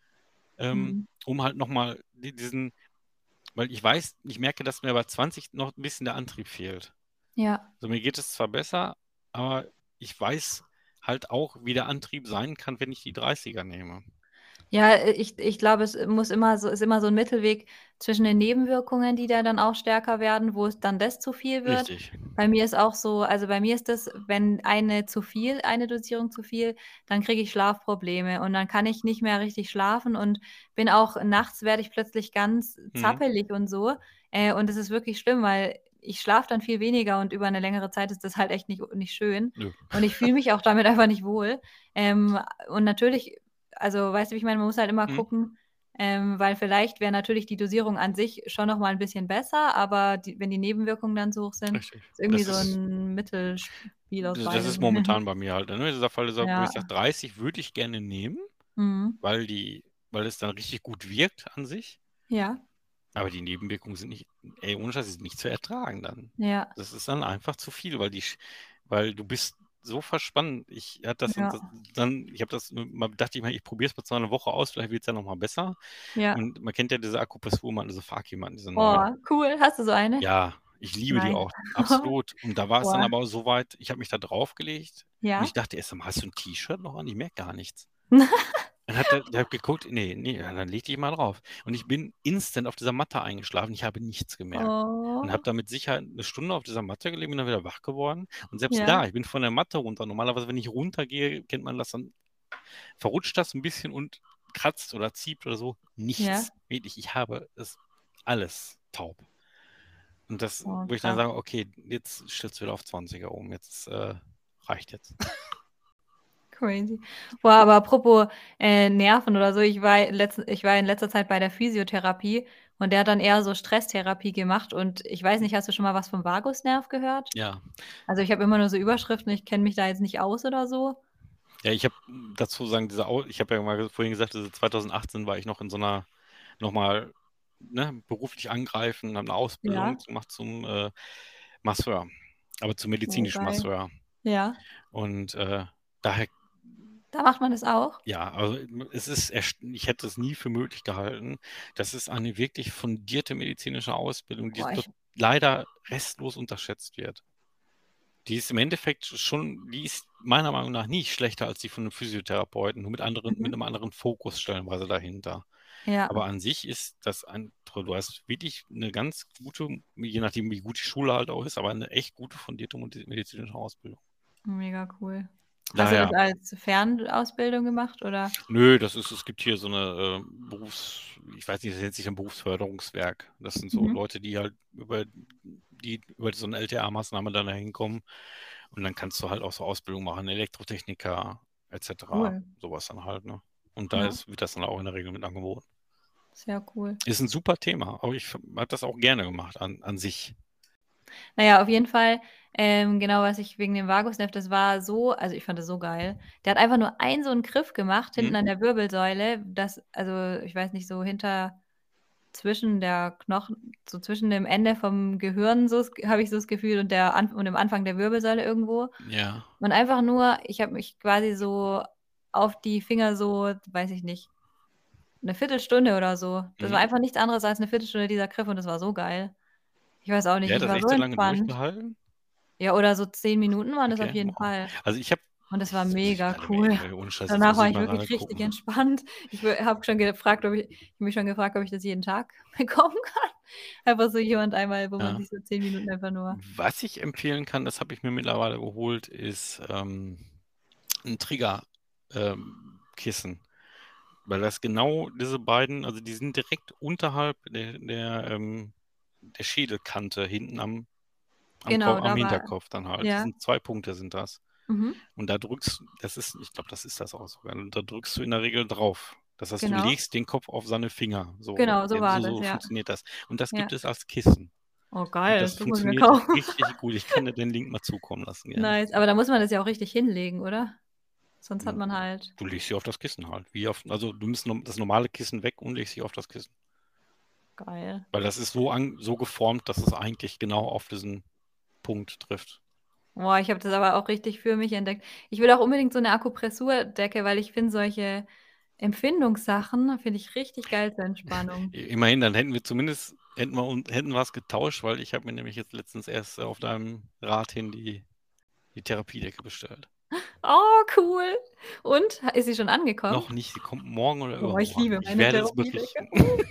ähm, Mhm. um halt nochmal diesen, weil ich weiß, ich merke, dass mir bei zwanzig noch ein bisschen der Antrieb fehlt. Ja. Also mir geht es zwar besser, aber ich weiß halt auch, wie der Antrieb sein kann, wenn ich die dreißiger nehme. Ja, äh, ich ich glaube, es muss immer so ist immer so 'n Mittelweg zwischen den Nebenwirkungen, die da dann auch stärker werden, wo es dann das zu viel wird. Richtig. Bei mir ist auch so also, bei mir ist das, wenn eine zu viel eine Dosierung zu viel, dann kriege ich Schlafprobleme und dann kann ich nicht mehr richtig schlafen und bin auch nachts werde ich plötzlich ganz Mhm. zappelig und so. Äh, und das ist wirklich schlimm, weil ich schlafe dann viel weniger und über 'ne längere Zeit ist das halt echt nicht nicht schön. Nö. Und ich fühle mich auch damit einfach nicht wohl. Ähm, und natürlich also, weißt du, wie ich meine? Man muss halt immer Mhm. gucken, ähm, weil vielleicht wäre natürlich die Dosierung an sich schon noch mal 'n bisschen besser, aber die wenn die Nebenwirkungen dann so hoch sind, Richtig. ist irgendwie Das so ist, 'n Mittelspiel aus das ist beidem. momentan bei mir halt, ne? Dieser Fall, dieser, wo ich Ja, sage, dreißig würde ich gerne nehmen, mhm. weil die, weil es dann richtig gut wirkt an sich. Ja, Aber die Nebenwirkungen sind nicht, ey, ohne Scheiß, die sind nicht zu ertragen dann. ja, Das ist dann einfach zu viel, weil die, sch- weil du bist so verspannt. Ich hatte das, und ja, das dann, ich habe das, mal dachte ich mal, ich probiere es mal zwar eine Woche aus, vielleicht wird es ja nochmal besser. ja. Und man kennt ja diese Akupressur, man, diese Faki-Matten, diese neuen. Oh, cool. Hast du so eine? Ja, ich liebe die Nice. auch, absolut. Und da war es dann Boah, aber so weit, ich habe mich da draufgelegt und ich ja? dachte erst mal, hast du ein T-Shirt noch an? Ich merke gar nichts. Dann hat er, der hat geguckt, nee, nee, ja, dann leg dich mal drauf. Und ich bin instant auf dieser Matte eingeschlafen. Ich habe nichts gemerkt. Und habe Oh, da mit Sicherheit eine Stunde auf dieser Matte gelegen, bin dann wieder wach geworden. Und selbst ja, da, ich bin von der Matte runter. Normalerweise, wenn ich runtergehe, kennt man das, dann verrutscht das ein bisschen und kratzt oder zieht oder so. ja. Nichts. Wirklich, ich habe es alles taub. Und das, Oh, wo ich dann krass. sage, okay, jetzt stellst du wieder auf zwanziger um. Jetzt äh, reicht jetzt. Crazy. Boah, aber apropos, äh, Nerven oder so, ich war letz ich war in letzter Zeit bei der Physiotherapie und der hat dann eher so Stresstherapie gemacht und ich weiß nicht, hast du schon mal was vom Vagusnerv gehört? Ja. Also, ich habe immer nur so Überschriften, ich kenne mich da jetzt nicht aus oder so. Ja, ich habe dazu sagen, diese Au ich habe ja mal vorhin gesagt, also zweitausendachtzehn war ich noch in so einer noch mal, ne, beruflich angreifen, habe 'ne Ausbildung Ja. gemacht zum, äh, Masseur, aber zum Oh, medizinischen geil. Masseur. Ja. Und, äh, daher Da macht man das auch? ja, also, es ist erst ich hätte es nie für möglich gehalten. Das ist eine wirklich fundierte medizinische Ausbildung, die Boah, tot ich leider restlos unterschätzt wird. Die ist im Endeffekt schon die ist meiner Meinung nach nicht schlechter als die von 'nem Physiotherapeuten, nur mit anderen mit Mhm. 'nem anderen Fokus stellenweise dahinter. Ja. Aber an sich ist das ein du hast wirklich 'ne ganz gute, je nachdem, wie gut die Schule halt auch ist, aber 'ne echt gute fundierte medi medizinische Ausbildung. Mega cool. Hast du das Daher als Fernausbildung gemacht, oder? Nö, das ist es gibt hier so 'ne, äh, Berufs ich weiß nicht, das nennt sich dann Berufsförderungswerk. Das sind so Mhm. Leute, die halt über die über so 'ne L T A-Maßnahme dann da hinkommen und dann kannst du halt auch so Ausbildung machen, Elektrotechniker et cetera, Cool. so was dann halt, ne? Und da Ja. ist wird das dann auch in der Regel mit angeboten. Sehr cool. Ist 'n super Thema, aber ich f habe das auch gerne gemacht an an sich. Na ja, auf jeden Fall, ähm, genau, was ich wegen dem Vagusnerv das war so also, ich fand das so geil. Der hat einfach nur einen so 'n Griff gemacht Mhm. hinten an der Wirbelsäule, das also, ich weiß nicht, so hinter zwischen der Knochen so zwischen dem Ende vom Gehirn so s habe ich so das Gefühl und der An und dem Anfang der Wirbelsäule irgendwo. Ja. Und einfach nur ich habe mich quasi so auf die Finger so, weiß ich nicht 'ne Viertelstunde oder so. Das war Mhm. einfach nichts anderes als 'ne Viertelstunde dieser Griff und das war so geil. Ich weiß auch nicht, Der hat ich das war so echt so lange entspannt. durchgehalten? Ja, oder so zehn Minuten waren das auf Okay, jeden wow. Fall. Also, ich habe Und das war jetzt muss ich mega gar nicht mehr cool. ey, ohne Scheiß, jetzt Danach muss war ich ich mal wirklich gerade richtig gucken. entspannt. Ich w habe schon gefragt, ob ich mich schon gefragt, ob ich das jeden Tag bekommen kann. Einfach so jemand einmal, wo man Ja. sich so zehn Minuten einfach nur Was ich empfehlen kann, das habe ich mir mittlerweile geholt, ist, ähm, 'n Trigger ähm, Kissen, weil das genau diese beiden also, die sind direkt unterhalb der der, ähm der Schädelkante hinten am am Ko Genau, am da war Hinterkopf dann halt. Das ja. sind zwei Punkte sind das. Mhm. Und da drückst das ist ich glaube, das ist das auch sogar. Und da drückst du in der Regel drauf. Das heißt, du Genau. legst den Kopf auf seine Finger. So Genau, so war so das, so ja. funktioniert das. Und das Ja. gibt es als Kissen. Oh, Und geil, das das muss ich mir funktioniert kaufen. richtig gut. Ich kann dir den Link mal zukommen lassen gerne. Nice, aber da muss man das ja auch richtig hinlegen, oder? Sonst hat Hm, man halt du legst sie auf das Kissen halt, wie auf also, du nimmst no das normale Kissen weg und legst sie auf das Kissen. Geil. Weil das ist so an so geformt, dass es eigentlich genau auf diesen Punkt trifft. Boah, ich habe das aber auch richtig für mich entdeckt. Ich will auch unbedingt so 'ne Akupressurdecke, weil ich finde solche Empfindungssachen finde ich richtig geil zur Entspannung. I immerhin, dann hätten wir zumindest hätten wir un hätten wir's getauscht, weil ich habe mir nämlich jetzt letztens erst auf deinem Rat hin die die Therapiedecke bestellt. Oh, cool. Und, ha ist sie schon angekommen? Noch nicht, sie kommt morgen oder Oh, ich übermorgen. liebe Ich meine werde es Therapiedecke. berichten. Uh.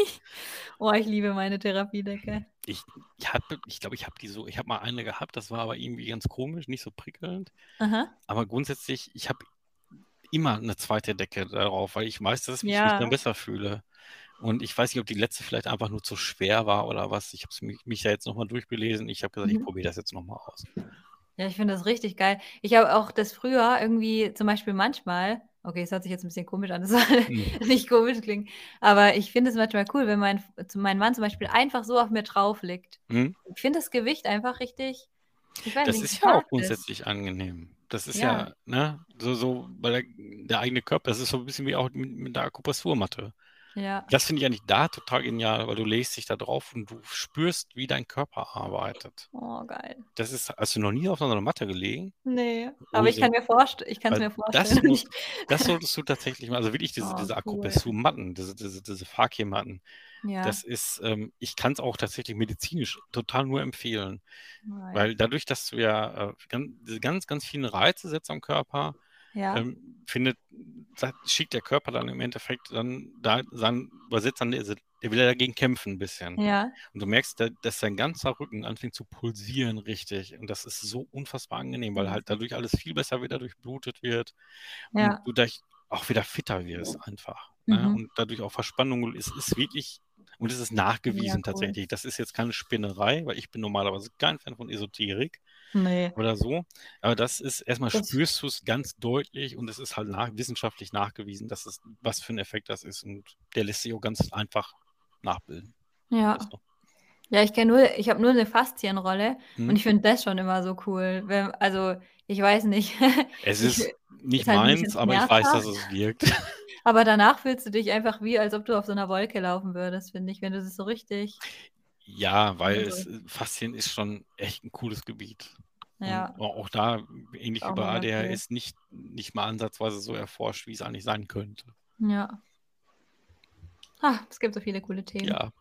Oh, ich liebe meine Therapiedecke. Ich ich hatte ich glaube, ich habe die so ich habe mal eine gehabt, das war aber irgendwie ganz komisch, nicht so prickelnd. Aha. Aber grundsätzlich, ich habe immer 'ne zweite Decke darauf, weil ich weiß, dass ich mich dann Ja. besser fühle. Und ich weiß nicht, ob die letzte vielleicht einfach nur zu schwer war oder was. Ich habe es mi mich da jetzt noch mal durchgelesen. Ich habe gesagt: „Ich Mhm. probiere das jetzt noch mal aus.“ Ja, ich finde das richtig geil. Ich habe auch das früher irgendwie zum Beispiel manchmal okay, es hört sich jetzt 'n bisschen komisch an, das soll Mhm. nicht komisch klingen, aber ich finde es manchmal cool, wenn mein F z mein Mann zum Beispiel einfach so auf mir drauf liegt. Mhm. Ich finde das Gewicht einfach richtig ich weiß Das nicht, ich ist ja auch mag das. grundsätzlich angenehm. Das ist Ja. ja, ne, so so, weil der der eigene Körper das ist so 'n bisschen wie auch mit mit der Akupressurmatte. Ja. Das finde ich eigentlich da total genial, weil du legst dich da drauf und du spürst, wie dein Körper arbeitet. Oh, geil. Das ist hast du noch nie auf so 'ner Matte gelegen? Ne, aber Oh, ich kann so mir vorst ich kann's weil mir vorstellen das und ich musst das solltest du tatsächlich mal also, wirklich diese Oh, diese cool. Akupressurmatten, diese diese diese Fakir-Matten. Ja. Das ist, ähm ich kann's auch tatsächlich medizinisch total nur empfehlen, Nice. weil dadurch, dass du ja, äh, gan diese ganz, ganz vielen Reize setzt am Körper, Ja. ähm, findet sagt schickt der Körper dann im Endeffekt dann da sein übersetzt dann diese der will ja dagegen kämpfen 'n bisschen. Ja. Und du merkst, da dass dein ganzer Rücken anfängt zu pulsieren richtig. Und das ist so unfassbar angenehm, weil halt dadurch alles viel besser wieder durchblutet wird und Ja. du dadurch auch wieder fitter wirst einfach, ne? Mhm. Und dadurch auch Verspannung es ist wirklich und es ist Mega nachgewiesen cool. tatsächlich. Das ist jetzt keine Spinnerei, weil ich bin normalerweise kein Fan von Esoterik. Ne. oder so. Aber das ist erstmal Das spürst du es ganz deutlich und es ist halt nach wissenschaftlich nachgewiesen, dass es was für 'n Effekt das ist und der lässt sich auch ganz einfach nachbilden. Ist Ja. so. Ja, ich kenne nur ich habe nur 'ne Faszienrolle und Mhm. ich finde das schon immer so cool. Wenn also, ich weiß nicht, Es ich ist nicht ist halt 'n bisschen meins, aber ich weiß, dass schmerzhaft, es wirkt. aber danach fühlst du dich einfach wie, als ob du auf so 'ner Wolke laufen würdest, finde ich, wenn du das so richtig Ja, weil es also äh, Faszien ist schon echt 'n cooles Gebiet. Und Ja. a auch da, Ist ähnlich wie auch bei noch mal cool. ADHS, nicht nicht mal ansatzweise so erforscht, wie's eigentlich sein könnte. Ja. Ha, es gibt so viele coole Themen. Ja.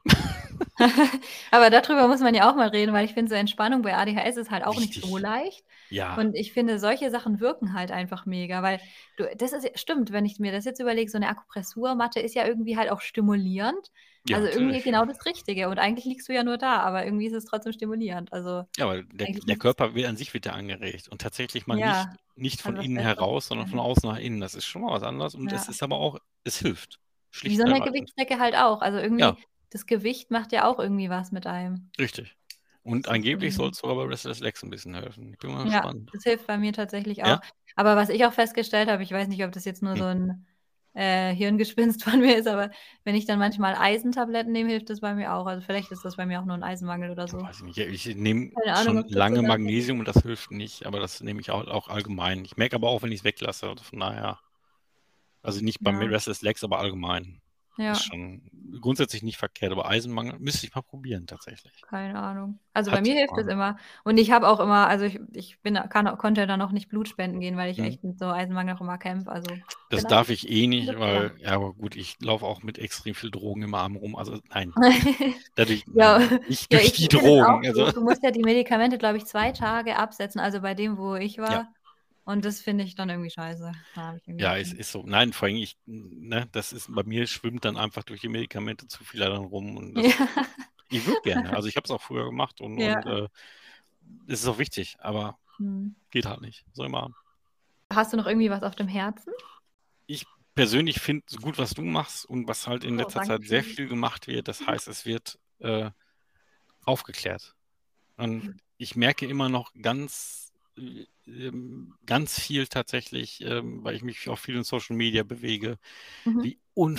Aber da drüber muss man ja auch mal reden, weil ich finde, so Entspannung bei ADHS ist halt auch nicht so Wichtig. leicht. Ja. Und ich finde, solche Sachen wirken halt einfach mega, weil du das ist ja stimmt, wenn ich mir das jetzt überlege, so 'ne Akupressurmatte ist ja irgendwie halt auch stimulierend. Ja, Also, irgendwie natürlich. genau das Richtige und eigentlich liegst du ja nur da, aber irgendwie ist es trotzdem stimulierend. Also, Ja, weil der eigentlich der müsste es Körper will an sich wird der angeregt und tatsächlich mal nicht Ja, nicht hat von was innen Besseres heraus, zu sondern von tun. außen nach innen. Das ist schon mal was anderes und es Ja. ist aber auch es hilft, Wie so schlicht und 'ne ergreifend. Gewichtsdecke halt auch. Also, Ja. irgendwie das Gewicht macht ja auch irgendwie was mit einem. Richtig. Und Das ist angeblich irgendwie soll's sogar bei Restless Legs 'n bisschen helfen. Ich bin mal Ja, gespannt. das hilft bei mir tatsächlich Ja? auch. Aber was ich auch festgestellt habe, ich weiß nicht, ob das jetzt nur Hm. so 'n, äh, Hirngespinst von mir ist, aber wenn ich dann manchmal Eisentabletten nehme, hilft das bei mir auch. Also, vielleicht ist das bei mir auch nur 'n Eisenmangel oder Ja, so. weiß ich nicht. Ja, ich nehme Keine Ahnung, schon ob das so lange ganz Magnesium und das hilft nicht, aber das nehme ich au auch allgemein. Ich merke aber auch, wenn ich's weglasse, also, von daher also, nicht bei mir Ja. Restless Legs, aber allgemein. Ist Ja. schon grundsätzlich nicht verkehrt, aber Eisenmangel müsste ich mal probieren tatsächlich. Keine Ahnung. Also, bei Hat mir hilft das Charme. immer und ich habe auch immer also, ich ich bin kann konnte dann auch nicht Blut spenden gehen, weil ich Mhm. echt mit so Eisenmangel auch immer kämpfe. Also, Das bin darf eigentlich ich eh bin nicht, Gott sei Dank. weil ja, aber gut, ich laufe auch mit extrem viel Drogen im Arm rum. Also, nein. Dadurch Ja, nein, nicht ja, durch ich die finde es auch Drogen, also so. Du musst ja die Medikamente, glaube ich, zwei Tage absetzen, also, bei dem, wo ich Ja. war. Und das finde ich dann irgendwie scheiße. Da habe ich irgendwie Ja, es ist so. Nein, vor allem ich ne, das ist bei mir schwimmt dann einfach durch die Medikamente zu viel da drin rum und das Ja. ich würde gerne. Also, ich habe es auch früher gemacht und Ja. und, äh, es ist auch wichtig, aber Mhm. geht halt nicht. So im Arm. Hast du noch irgendwie was auf dem Herzen? Ich persönlich finde es gut, was du machst und was halt in Oh, letzter danke Zeit sehr schön. viel gemacht wird. Das Mhm. heißt, es wird, äh, aufgeklärt. Und ich merke immer noch ganz äh, ähm, ganz viel tatsächlich, ähm, weil ich mich auch viel in Social Media bewege, Mhm. wie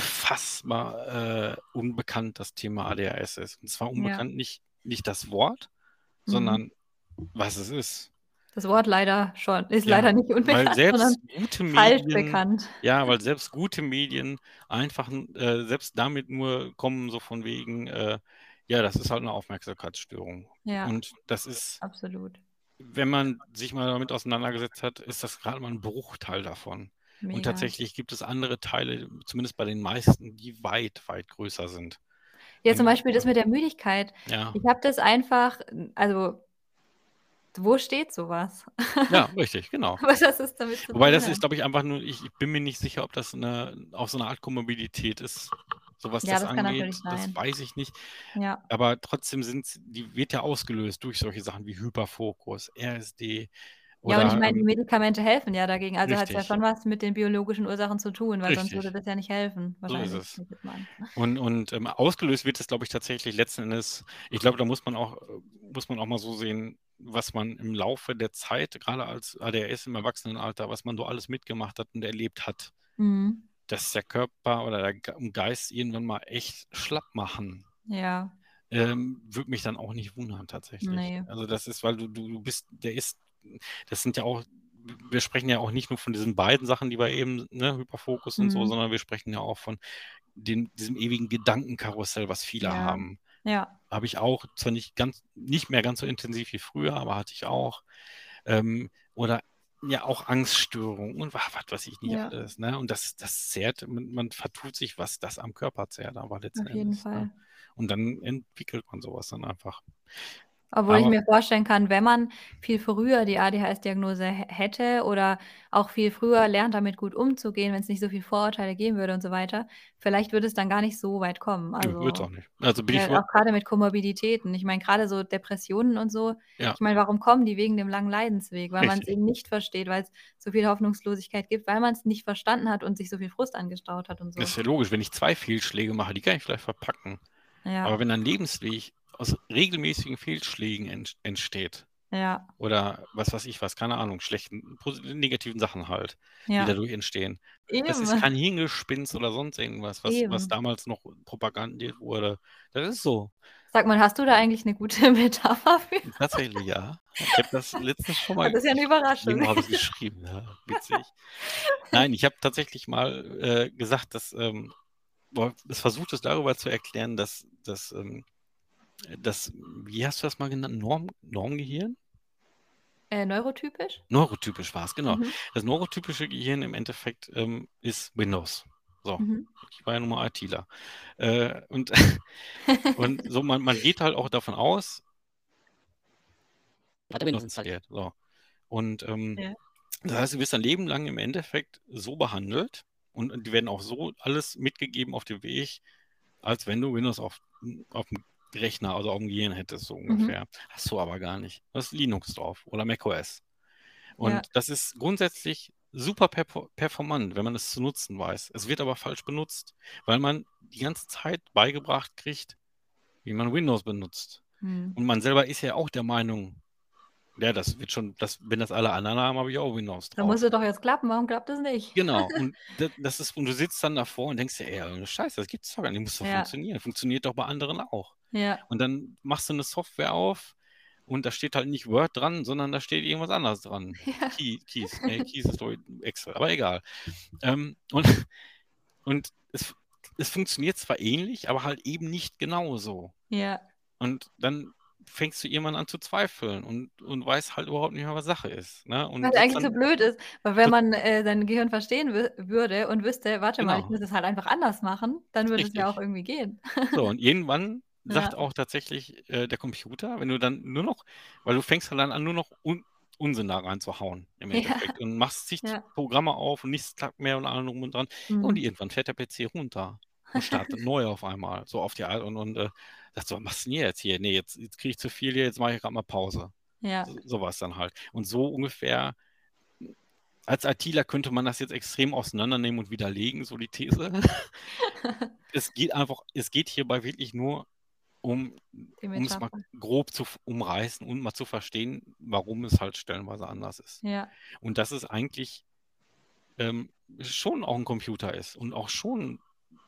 unfassbar, äh, unbekannt das Thema ADHS ist. Und zwar Ja. unbekannt nicht nicht das Wort, Mhm. sondern was es ist. Das Wort leider schon ist Ja, leider nicht weil unbekannt, sondern selbst gute falsch Medien bekannt. ja, weil selbst gute Medien einfach 'n äh, selbst damit nur kommen so von wegen, äh, ja, das ist halt 'ne Aufmerksamkeitsstörung. Ja, Und das ist absolut. wenn man sich mal damit auseinandergesetzt hat, ist das grade mal 'n Bruchteil davon. Und Mega. tatsächlich gibt es andere Teile, zumindest bei den meisten, die weit, weit größer sind. Ja, zum Und Beispiel das mit der Müdigkeit. Ja. Ich habe das einfach n also wo steht so was? Ja, richtig, genau. Was hat das damit zu Wobei tun das ist, haben? glaube ich, einfach nur ich ich bin mir nicht sicher, ob das 'ne auch so 'ne Art Komorbidität ist, so was Ja, das das kann natürlich angeht. Das sein. weiß ich nicht. Ja. Aber trotzdem sind's die wird ja ausgelöst durch solche Sachen wie Hyperfokus, RSD Ja, und ich oder, meine, die ähm Medikamente helfen ja dagegen. Also, hat's ja Richtig. schon was mit den biologischen Ursachen zu tun, weil sonst würde Richtig. das ja nicht helfen, So ist wahrscheinlich, es. nehme ich jetzt mal an. Und und, ähm, ausgelöst wird es, glaube ich, tatsächlich letzten Endes ich glaube, da muss man auch äh, muss man auch mal so sehen, was man im Laufe der Zeit, grade als ADHS im Erwachsenenalter, was man so alles mitgemacht hat und erlebt hat. Mhm. Dass der Körper oder der G Geist irgendwann mal echt schlapp machen. Ja. Ähm, würde mich dann auch nicht wundern tatsächlich. Ne. Also, das ist, weil du du du bist der ist das sind ja auch wir sprechen ja auch nicht nur von diesen beiden Sachen, die wir eben ne, Hyperfokus und so, Mhm. sondern wir sprechen ja auch von dem diesem ewigen Gedankenkarussell, was viele Ja, haben. ja. Habe ich auch, zwar nicht ganz nicht mehr ganz so intensiv wie früher, aber hatte ich auch. Ähm, oder ja auch Angststörungen und wa was weiß ich nicht Ja. alles, ne? Und das das zehrt man man vertut sich, was das am Körper zehrt, aber letzten Auf jeden Endes, ne? Fall. Und dann entwickelt man so was dann einfach. Obwohl ich Aber mir vorstellen kann, wenn man viel früher die ADHS-Diagnose hä hätte oder auch viel früher lernt, damit gut umzugehen, wenn's nicht so viel Vorurteile geben würde und so weiter, vielleicht würde es dann gar nicht so weit kommen. Nö, wird's Also, auch nicht. Also, bin ich weil vor auch grade mit Komorbiditäten. Ich meine, grade so Depressionen und so, Ja. ich meine, warum kommen die? Wegen dem langen Leidensweg, weil man's Richtig. eben nicht versteht, weil's so viel Hoffnungslosigkeit gibt, weil man's nicht verstanden hat und sich so viel Frust angestaut hat und so. Ist ja logisch, wenn ich zwei Fehlschläge mache, die kann ich vielleicht verpacken. Aber Ja. wenn ein Lebensweg aus regelmäßigen Fehlschlägen ent entsteht Ja. Oder was weiß ich was, keine Ahnung, schlechten, pos- negativen Sachen halt, die Ja. dadurch entstehen. Das ist Eben. kein Hirngespinst oder sonst irgendwas, was, was Eben. damals noch propagandiert wurde. Das ist so. Sag mal, hast du da eigentlich eine gute Metapher für? Tatsächlich, ja. Ich habe das letztens schon mal, Das ist ja eine ich, Überraschung. irgendwo habe ich es geschrieben, ja, witzig. Nein, ich habe tatsächlich mal äh, gesagt, dass ähm, boah, es versucht es darüber zu erklären, dass, dass, ähm, dass, wie hast du das mal genannt? Norm, Normgehirn? Äh, neurotypisch? Neurotypisch war es, genau. Mhm. Das neurotypische Gehirn im Endeffekt ähm, ist Windows. So, Mhm. ich war ja nun mal ITler. Äh, und, und so, man, man geht halt auch davon aus, hat er Windows installiert. So. Und ähm, Ja. das heißt, du wirst dein Leben lang im Endeffekt so behandelt und, und die werden auch so alles mitgegeben auf dem Weg, als wenn du Windows auf, auf dem Rechner, also auf dem Gehirn hättest, so Mhm. ungefähr. Hast du aber gar nicht. Du hast Linux drauf oder macOS. Ja. Und das ist grundsätzlich super perfor- performant, wenn man es zu nutzen weiß. Es wird aber falsch benutzt, weil man die ganze Zeit beigebracht kriegt, wie man Windows benutzt. Hm. Und man selber ist ja auch der Meinung, ja, das wird schon, das, wenn das alle anderen haben, habe ich auch Windows Da muss drauf. es doch jetzt klappen. Warum klappt das nicht? Genau, und das, das ist, und du sitzt dann davor und denkst dir, ey, irgendeine Scheiße, das gibt's doch gar nicht, muss doch Ja. funktionieren. Funktioniert doch bei anderen auch. Ja. Und dann machst du eine Software auf und da steht halt nicht Word dran, sondern da steht irgendwas anderes dran. Ja. Key, Keys, nee, Keys ist doch Excel, aber egal. Ähm, und und es, es funktioniert zwar ähnlich, aber halt eben nicht genauso. Ja. Und dann fängst du irgendwann an zu zweifeln und, und weißt halt überhaupt nicht mehr, was Sache ist. Ne? Was Und sitzt eigentlich so dann, blöd ist, weil wenn tot- man, äh, sein Gehirn verstehen wü würde und wüsste: „Warte mal, ich genau, muss es halt einfach anders machen“, dann würde es ja auch richtig. irgendwie gehen. So, und irgendwann sagt Ja. auch tatsächlich äh, der Computer, wenn du dann nur noch, weil du fängst halt dann an, nur noch Un Unsinn da reinzuhauen im Ja. Endeffekt und machst zig Ja. Programme auf und nichts klappt mehr und allem drum und dran. Und Mhm. irgendwann fährt der P C runter und startet neu auf einmal, so auf die Al und, und äh, sagt so, was machst du denn jetzt hier? Nee, jetzt, jetzt kriege ich zu viel hier, jetzt mache ich gerade mal Pause. Ja. So, sowas dann halt. Und so ungefähr, als ITler könnte man das jetzt extrem auseinandernehmen und widerlegen, so die These. Es geht einfach, es geht hierbei wirklich nur um, Die um es mal Metapher. grob zu f- umreißen und mal zu verstehen, warum es halt stellenweise anders ist. Ja. Und dass es eigentlich ähm, schon auch ein Computer ist und auch schon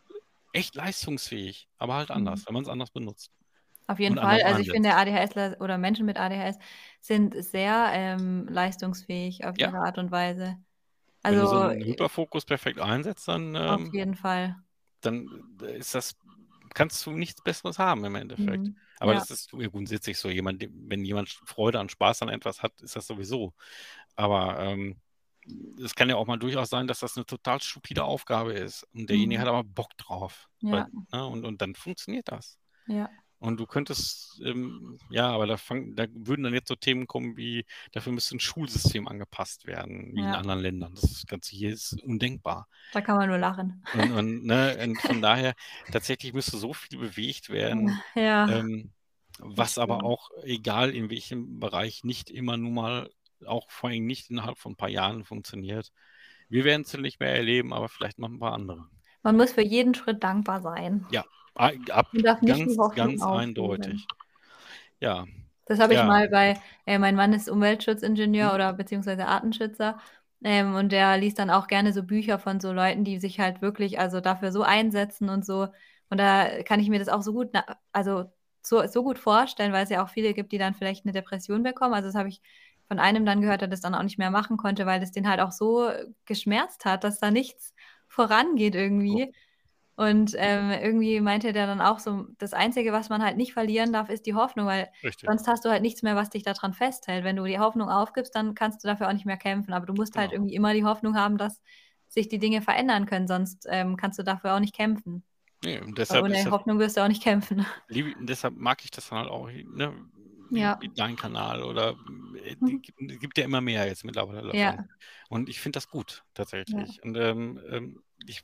echt leistungsfähig, aber halt Mhm. anders, wenn man es anders benutzt Auf jeden und Fall. anders Also, ich finde, einsetzt. ADHSler oder Menschen mit A D H S sind sehr, ähm, leistungsfähig auf Ja, ihre Art und Weise. wenn du so Also, einen äh, Hyperfokus perfekt einsetzt, dann, auf ähm, jeden Fall. dann ist das, kannst du nichts Besseres haben im Endeffekt. Mhm. Aber Ja. das ist ja, grundsätzlich so. Jemand, wenn jemand Freude an Spaß an etwas hat, ist das sowieso. Aber ähm, es kann ja auch mal durchaus sein, dass das eine total stupide Aufgabe ist. Und derjenige Mhm. hat aber Bock drauf. Weil, Ja. ne, und, und dann funktioniert das. Ja. Und du könntest, ähm, ja, aber da, fang, da würden dann jetzt so Themen kommen wie, dafür müsste ein Schulsystem angepasst werden, wie in Ja. anderen Ländern. Das Ganze hier ist undenkbar. Da kann man nur lachen. Und, und, ne, und von daher, tatsächlich müsste so viel bewegt werden, Ja, ähm, das was aber stimmt. auch, egal in welchem Bereich, nicht immer nun mal, auch vor allem nicht innerhalb von ein paar Jahren funktioniert. Wir werden es nicht mehr erleben, aber vielleicht noch ein paar andere. Man muss für jeden Schritt dankbar sein. Ja, a- ab, Man darf nicht die ganz, Hoffnung ganz aufgeben. eindeutig. Ja, Das habe ich ja, mal bei äh, mein Mann ist Umweltschutzingenieur hm, oder beziehungsweise Artenschützer, ähm, und der liest dann auch gerne so Bücher von so Leuten, die sich halt wirklich also dafür so einsetzen und so. Und da kann ich mir das auch so gut na also so so gut vorstellen, weil es ja auch viele gibt, die dann vielleicht 'ne Depression bekommen. Also, das habe ich von einem dann gehört, der das dann auch nicht mehr machen konnte, weil das den halt auch so geschmerzt hat, dass da nichts vorangeht so, irgendwie. Und, ähm, irgendwie meinte der dann auch so: „Das Einzige, was man halt nicht verlieren darf, ist die Hoffnung, weil richtig, sonst hast du halt nichts mehr, was dich da dran festhält. Wenn du die Hoffnung aufgibst, dann kannst du dafür auch nicht mehr kämpfen. Aber du musst halt genau. irgendwie immer die Hoffnung haben, dass sich die Dinge verändern können, sonst, ähm, kannst du dafür auch nicht kämpfen. Nee, und Weil deshalb ist ohne das, Hoffnung wirst du auch nicht kämpfen.“ lieb, deshalb mag ich das dann halt auch, ne, wie, Ja. wie dein Kanal oder äh, die Mhm. gibt, es gibt ja immer mehr jetzt mittlerweile davon. Ja, Und ich finde das gut, ja. tatsächlich. Und ähm, ähm, ich,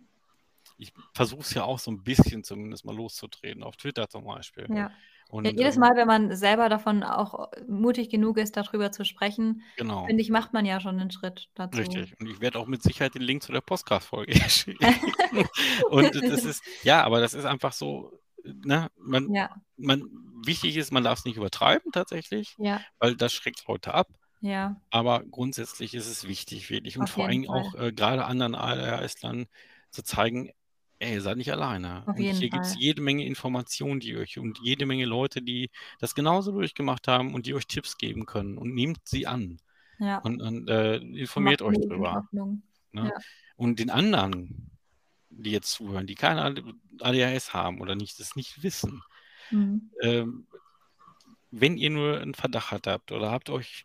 ich versuche es ja auch so ein bisschen zumindest mal loszutreten, auf Twitter zum Beispiel. Ja. Ja, Und jedes ähm, Mal, wenn man selber davon auch mutig genug ist, darüber zu sprechen, genau, finde ich, macht man ja schon 'nen Schritt dazu. richtig. Und ich werde auch mit Sicherheit den Link zu der Podcast-Folge schicken. Und das ist, ja, aber das ist einfach so, ne, man, Ja. man, wichtig ist, man darf es nicht übertreiben tatsächlich, Ja, weil das schreckt Leute ab. ja, Aber grundsätzlich ist es wichtig, wirklich. Und auf vor jeden allem Fall. auch äh, gerade anderen A D H S-Lern zu zeigen, ey, ihr seid nicht alleine. Auf Und jeden hier gibt es Fall. jede Menge Informationen, die euch und jede Menge Leute, die das genauso durchgemacht haben und die euch Tipps geben können. Und nehmt sie an Ja, und, und äh, macht informiert euch Mut und drüber. Hoffnung. Ne? Ja. Und den anderen, die jetzt zuhören, die keine A D H S haben oder nicht, das nicht wissen, Mhm. ähm, wenn ihr nur einen Verdacht habt oder habt euch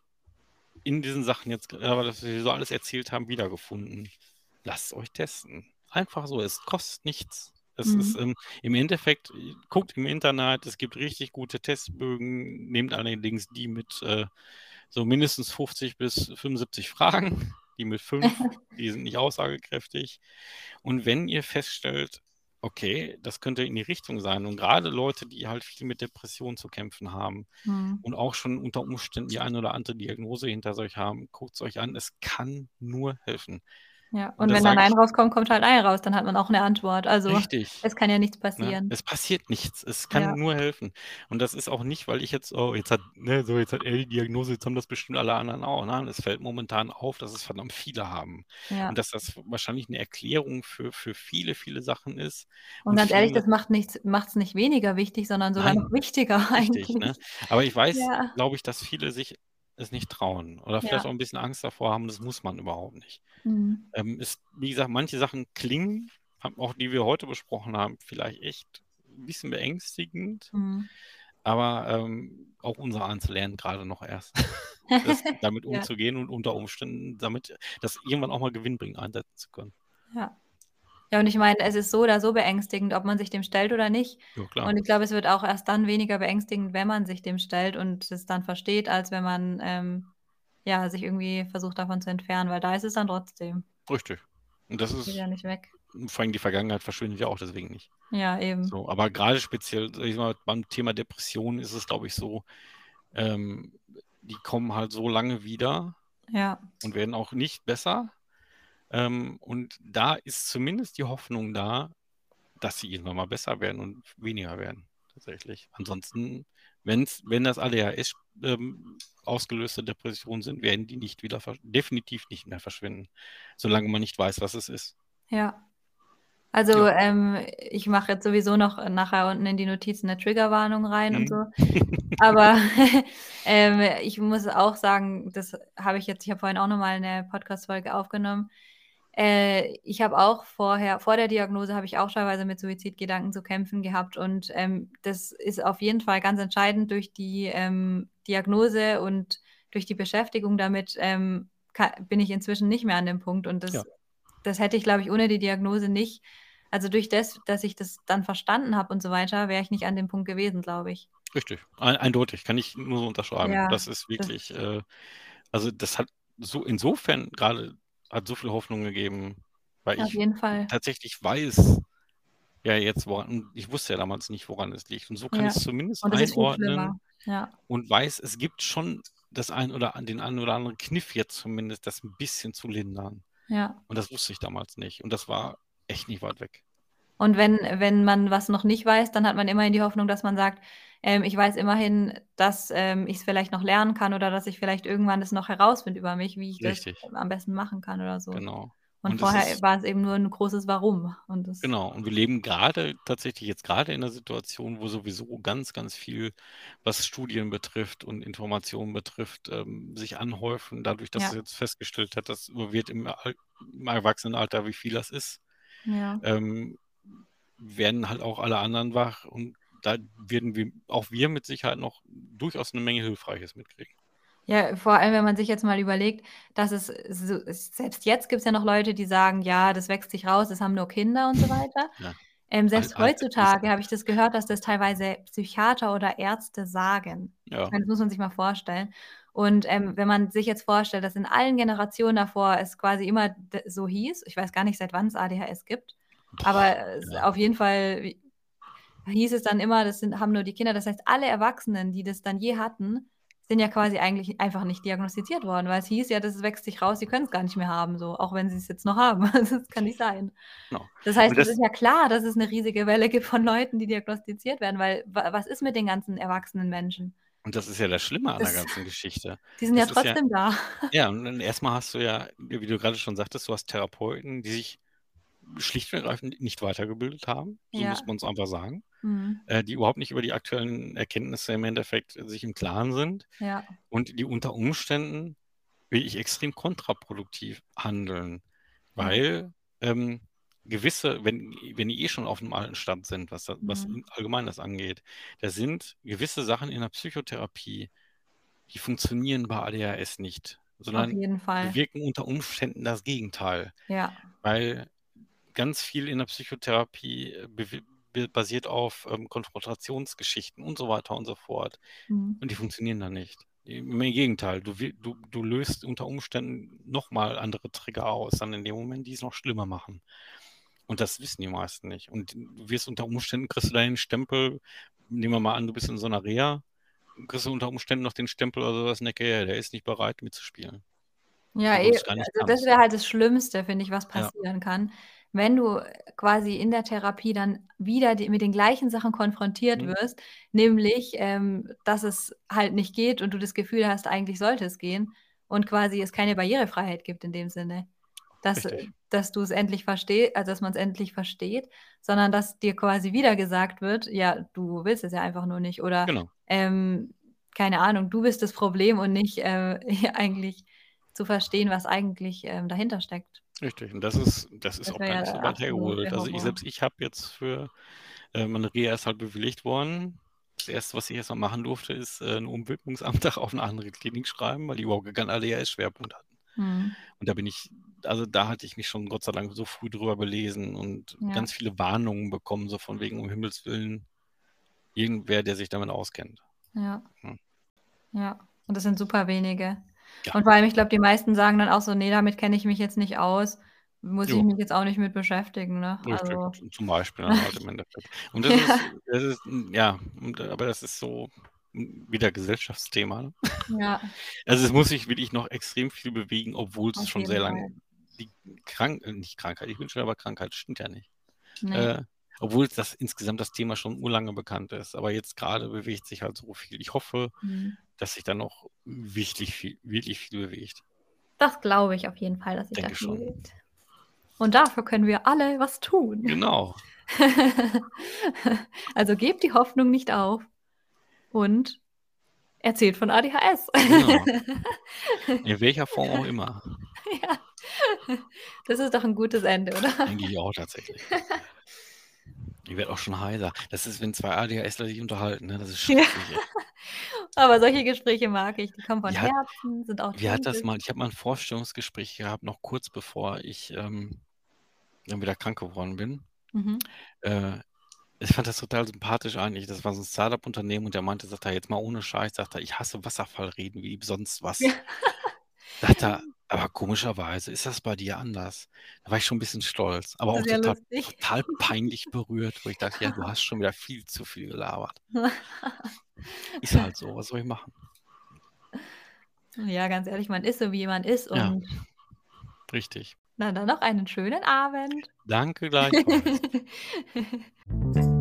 in diesen Sachen jetzt, aber das wir so alles erzählt haben, wiedergefunden, lasst euch testen. Einfach so, es kostet nichts. Es ist Mhm. ähm, im Endeffekt, guckt im Internet, es gibt richtig gute Testbögen, nehmt allerdings die mit äh, so mindestens fünfzig bis fünfundsiebzig Fragen, die mit fünf, die sind nicht aussagekräftig. Und wenn ihr feststellt, okay, das könnte in die Richtung sein und gerade Leute, die halt viel mit Depressionen zu kämpfen haben, Mhm. und auch schon unter Umständen die eine oder andere Diagnose hinter sich haben, guckt es euch an. Es kann nur helfen. Ja, Und und das wenn da sage Nein ich rauskommt, kommt halt Nein raus, dann hat man auch 'ne Antwort. Also, richtig. es kann ja nichts Ne? passieren. Es passiert nichts. Es Ja, kann nur helfen. Und das ist auch nicht, weil ich jetzt, oh, jetzt hat, ne, so, jetzt hat er die Diagnose, jetzt haben das bestimmt alle anderen auch. Nein, es fällt momentan auf, dass es verdammt viele haben. ja. Und dass das wahrscheinlich eine Erklärung für, für viele, viele Sachen ist. Und Und ganz ehrlich, viele, das macht nichts macht's nicht weniger wichtig, sondern sogar noch nein, wichtiger richtig, ne? eigentlich. Aber ich weiß, Ja, glaube ich, dass viele sich es nicht trauen oder vielleicht ja. auch ein bisschen Angst davor haben, das muss man überhaupt nicht. Mhm. Ähm, ist, wie gesagt, manche Sachen klingen, auch die wir heute besprochen haben, vielleicht echt ein bisschen beängstigend, Mhm. aber ähm, auch unsere Ahnen lernen gerade noch erst, das, damit Ja, umzugehen und unter Umständen damit, das irgendwann auch mal gewinnbringend einsetzen zu können. ja. Ja, und ich meine, es ist so oder so beängstigend, ob man sich dem stellt oder nicht. Ja, klar. Und ich glaube, es wird auch erst dann weniger beängstigend, wenn man sich dem stellt und es dann versteht, als wenn man, ähm, ja, sich irgendwie versucht, davon zu entfernen, weil da ist es dann trotzdem. Richtig. Und das Geht ist, ja nicht weg. vor allem die Vergangenheit verschwindet ja auch deswegen nicht. Ja, eben. So, aber gerade speziell, sag ich mal, beim Thema Depression ist es, glaube ich, so, ähm, die kommen halt so lange wieder Ja, und werden auch nicht besser. Ähm, und da ist zumindest die Hoffnung da, dass sie irgendwann mal besser werden und weniger werden, tatsächlich. Ansonsten, wenn's, wenn das A D H S ähm, ausgelöste Depressionen sind, werden die nicht wieder, versch- definitiv nicht mehr verschwinden, solange man nicht weiß, was es ist. ja. Also, Ja. ähm, ich mache jetzt sowieso noch nachher unten in die Notizen 'ne Triggerwarnung rein und Mhm. so. Aber, ähm, ich muss auch sagen, das habe ich jetzt ich habe vorhin auch noch mal 'ne Podcast-Folge aufgenommen. Äh, ich habe auch vorher vor der Diagnose habe ich auch teilweise mit Suizidgedanken zu kämpfen gehabt und, ähm, das ist auf jeden Fall ganz entscheidend durch die, ähm, Diagnose und durch die Beschäftigung damit, ähm, ka bin ich inzwischen nicht mehr an dem Punkt und Ja, das das hätte ich, glaube ich, ohne die Diagnose nicht also, durch das, dass ich das dann verstanden habe und so weiter, wäre ich nicht an dem Punkt gewesen, glaube ich. richtig. Ein, eindeutig, kann ich nur so unterschreiben. Ja, Das ist das wirklich, äh, also das hat so insofern gerade hat so viel Hoffnung gegeben, weil auf ich jeden Fall. tatsächlich weiß, ja, jetzt, woran, ich wusste ja damals nicht, woran es liegt. Und so kann ich Ja. es zumindest Und es ist viel einordnen schlimmer. Ja, und weiß, es gibt schon das ein oder an den einen oder anderen Kniff jetzt zumindest, das ein bisschen zu lindern. ja. Und das wusste ich damals nicht. Und das war echt nicht weit weg. Und wenn wenn man was noch nicht weiß, dann hat man immerhin die Hoffnung, dass man sagt: „Ähm, ich weiß immerhin, dass, ähm, ich's vielleicht noch lernen kann oder dass ich vielleicht irgendwann das noch herausfinde über mich, wie ich das Richtig, am besten machen kann oder so.“ genau. Und Und es vorher ist, war es eben nur 'n großes Warum und das genau. Und wir leben gerade tatsächlich jetzt gerade in einer Situation, wo sowieso ganz, ganz viel, was Studien betrifft und Informationen betrifft, ähm, sich anhäufen, dadurch, dass es ja, jetzt festgestellt hat, dass wird im, Al- im Erwachsenenalter, wie viel das ist. ja. Ähm, werden halt auch alle anderen wach und da werden wir, auch wir mit Sicherheit noch durchaus eine Menge Hilfreiches mitkriegen. Ja, vor allem, wenn man sich jetzt mal überlegt, dass es so es selbst jetzt gibt's ja noch Leute, die sagen: „Ja, das wächst sich raus, das haben nur Kinder“ und so weiter. Ja, Ähm, alt, selbst alte heutzutage Wissen. habe ich das gehört, dass das teilweise Psychiater oder Ärzte sagen. Ich Ja, meine, das muss man sich mal vorstellen. Und, ähm, wenn man sich jetzt vorstellt, dass in allen Generationen davor es quasi immer d so hieß ich weiß gar nicht, seit wann es A D H S gibt, boah, aber es ja, auf jeden Fall hieß es dann immer, das sind haben nur die Kinder. Das heißt, alle Erwachsenen, die das dann je hatten, sind ja quasi eigentlich einfach nicht diagnostiziert worden, weil es hieß ja, das wächst sich raus, sie können's gar nicht mehr haben so, auch wenn sie's jetzt noch haben. Also, das kann nicht sein. Genau. Das heißt, Und es das ist ja klar, dass es 'ne riesige Welle gibt von Leuten, die diagnostiziert werden, weil wa was ist mit den ganzen erwachsenen Menschen? und das ist ja das Schlimme an der Das ganzen Geschichte. die sind ja Das ist ja trotzdem da. ja, und dann erst mal hast du ja, wie du grade schon sagtest, du hast Therapeuten, die sich schlicht und ergreifend nicht weitergebildet haben, so Ja. muss man's einfach sagen, Mhm. äh, die überhaupt nicht über die aktuellen Erkenntnisse im Endeffekt sich im Klaren sind Ja. und die unter Umständen wirklich extrem kontraproduktiv handeln, Ja. weil, ähm, gewisse wenn wenn die eh schon auf 'nem alten Stand sind, was da was Mhm. allgemein das angeht, da sind gewisse Sachen in der Psychotherapie, die funktionieren bei A D H S nicht, Auf sondern jeden Fall. bewirken unter Umständen das Gegenteil, Ja. weil ganz viel in der Psychotherapie, äh, bew be basiert auf, ähm, Konfrontationsgeschichten und so weiter und so fort. Mhm. Und die funktionieren da nicht. Im Gegenteil, du wi du du löst unter Umständen noch mal andere Trigger aus dann in dem Moment, die es noch schlimmer machen. Und das wissen die meisten nicht. Und du wirst unter Umständen kriegst du da den Stempel nehmen wir mal an, du bist in so 'ner Reha, kriegst du unter Umständen noch den Stempel oder so was: „Ne, der der ist nicht bereit mitzuspielen.“ Ja, Obwohl eh du's gar nicht also, das kannst. wäre halt das Schlimmste, finde ich, was Ja. passieren kann, wenn du quasi in der Therapie dann wieder die mit den gleichen Sachen konfrontiert Mhm. wirst, nämlich, ähm, dass es halt nicht geht und du das Gefühl hast, eigentlich sollte es gehen und quasi es keine Barrierefreiheit gibt in dem Sinne, dass Richtig. dass du's endlich versteh also, dass man's endlich versteht, sondern dass dir quasi wieder gesagt wird: „Ja, du willst es ja einfach nur nicht“ oder, Genau. ähm, keine Ahnung, du bist das Problem und nicht, äh, ja eigentlich zu verstehen, was eigentlich, ähm, dahinter steckt. Richtig. Und das ist das ist Das auch wäre gar ja nicht der so weit hergeholt. absolute Also, ich Horror. selbst ich habe jetzt für äh, meine Reha ist halt bewilligt worden. Das erste, was ich erst mal machen durfte, ist, äh, 'n Umwidmungsantrag auf 'ne andere Klinik schreiben, weil die überhaupt gar keinen A D H S-Schwerpunkt hatten. Mhm. Und da bin ich also, da hatte ich mich schon Gott sei Dank so früh drüber belesen und Ja. ganz viele Warnungen bekommen, so von wegen: „Um Himmels Willen, irgendwer, der sich damit auskennt.“ Ja. Hm. Ja, und das sind super wenige. Ja. Und vor allem, ich glaube, die meisten sagen dann auch so: „Ne, damit kenne ich mich jetzt nicht aus, muss ich Jo. mich jetzt auch nicht mit beschäftigen“, ne? Richtig, Also z zum Beispiel dann halt im Endeffekt. Und das ist ja. das ist hm, ja, und aber das ist so, hm, wieder Gesellschaftsthema, ne? Ja. Also, es muss sich wirklich noch extrem viel bewegen, obwohl's Auf schon jeden sehr Fall. lang die krank äh, nicht Krankheit, ich bin schon aber Krankheit stimmt ja nicht. Ne. Äh, obwohl's das insgesamt das Thema schon urlange bekannt ist. Aber jetzt grade bewegt sich halt so viel. Ich hoffe, Mhm. dass sich da noch wichtig viel wirklich viel bewegt. Das glaube ich auf jeden Fall, dass sich da Denke viel schon. bewegt. Und dafür können wir alle was tun. Genau. Also, gebt die Hoffnung nicht auf und erzählt von A D H S. Genau. In welcher Form auch immer. Ja. Das ist doch 'n gutes Ende, oder? Denke ich auch tatsächlich. Ich werde auch schon heiser. Das ist, wenn zwei ADHSler sich unterhalten, ne? Das ist Ja. schrecklich, ey. Aber solche Gespräche mag ich. Die kommen von Wie hat Herzen, sind wie hat das authentisch. mal ich habe mal 'n Vorstellungsgespräch gehabt, noch kurz bevor ich, ähm, dann wieder krank geworden bin. Mhm. Äh, ich fand das total sympathisch eigentlich. Das war so 'n Start-up-Unternehmen und der meinte sagt er: „Jetzt mal ohne Scheiß“, sagt er: „Ich hasse Wasserfallreden wie sonst was.“ Ja. Sagt er: „Aber komischerweise ist das bei dir anders.“ Da war ich schon 'n bisschen stolz, aber Das auch ist ja total lustig. total peinlich berührt, wo ich dachte: „Ja, du hast schon wieder viel zu viel gelabert.“ Ist halt so, was soll ich machen? Ja, ganz ehrlich, man ist so, wie man ist Ja. und Richtig. Na, dann noch einen schönen Abend. Danke, gleichfalls.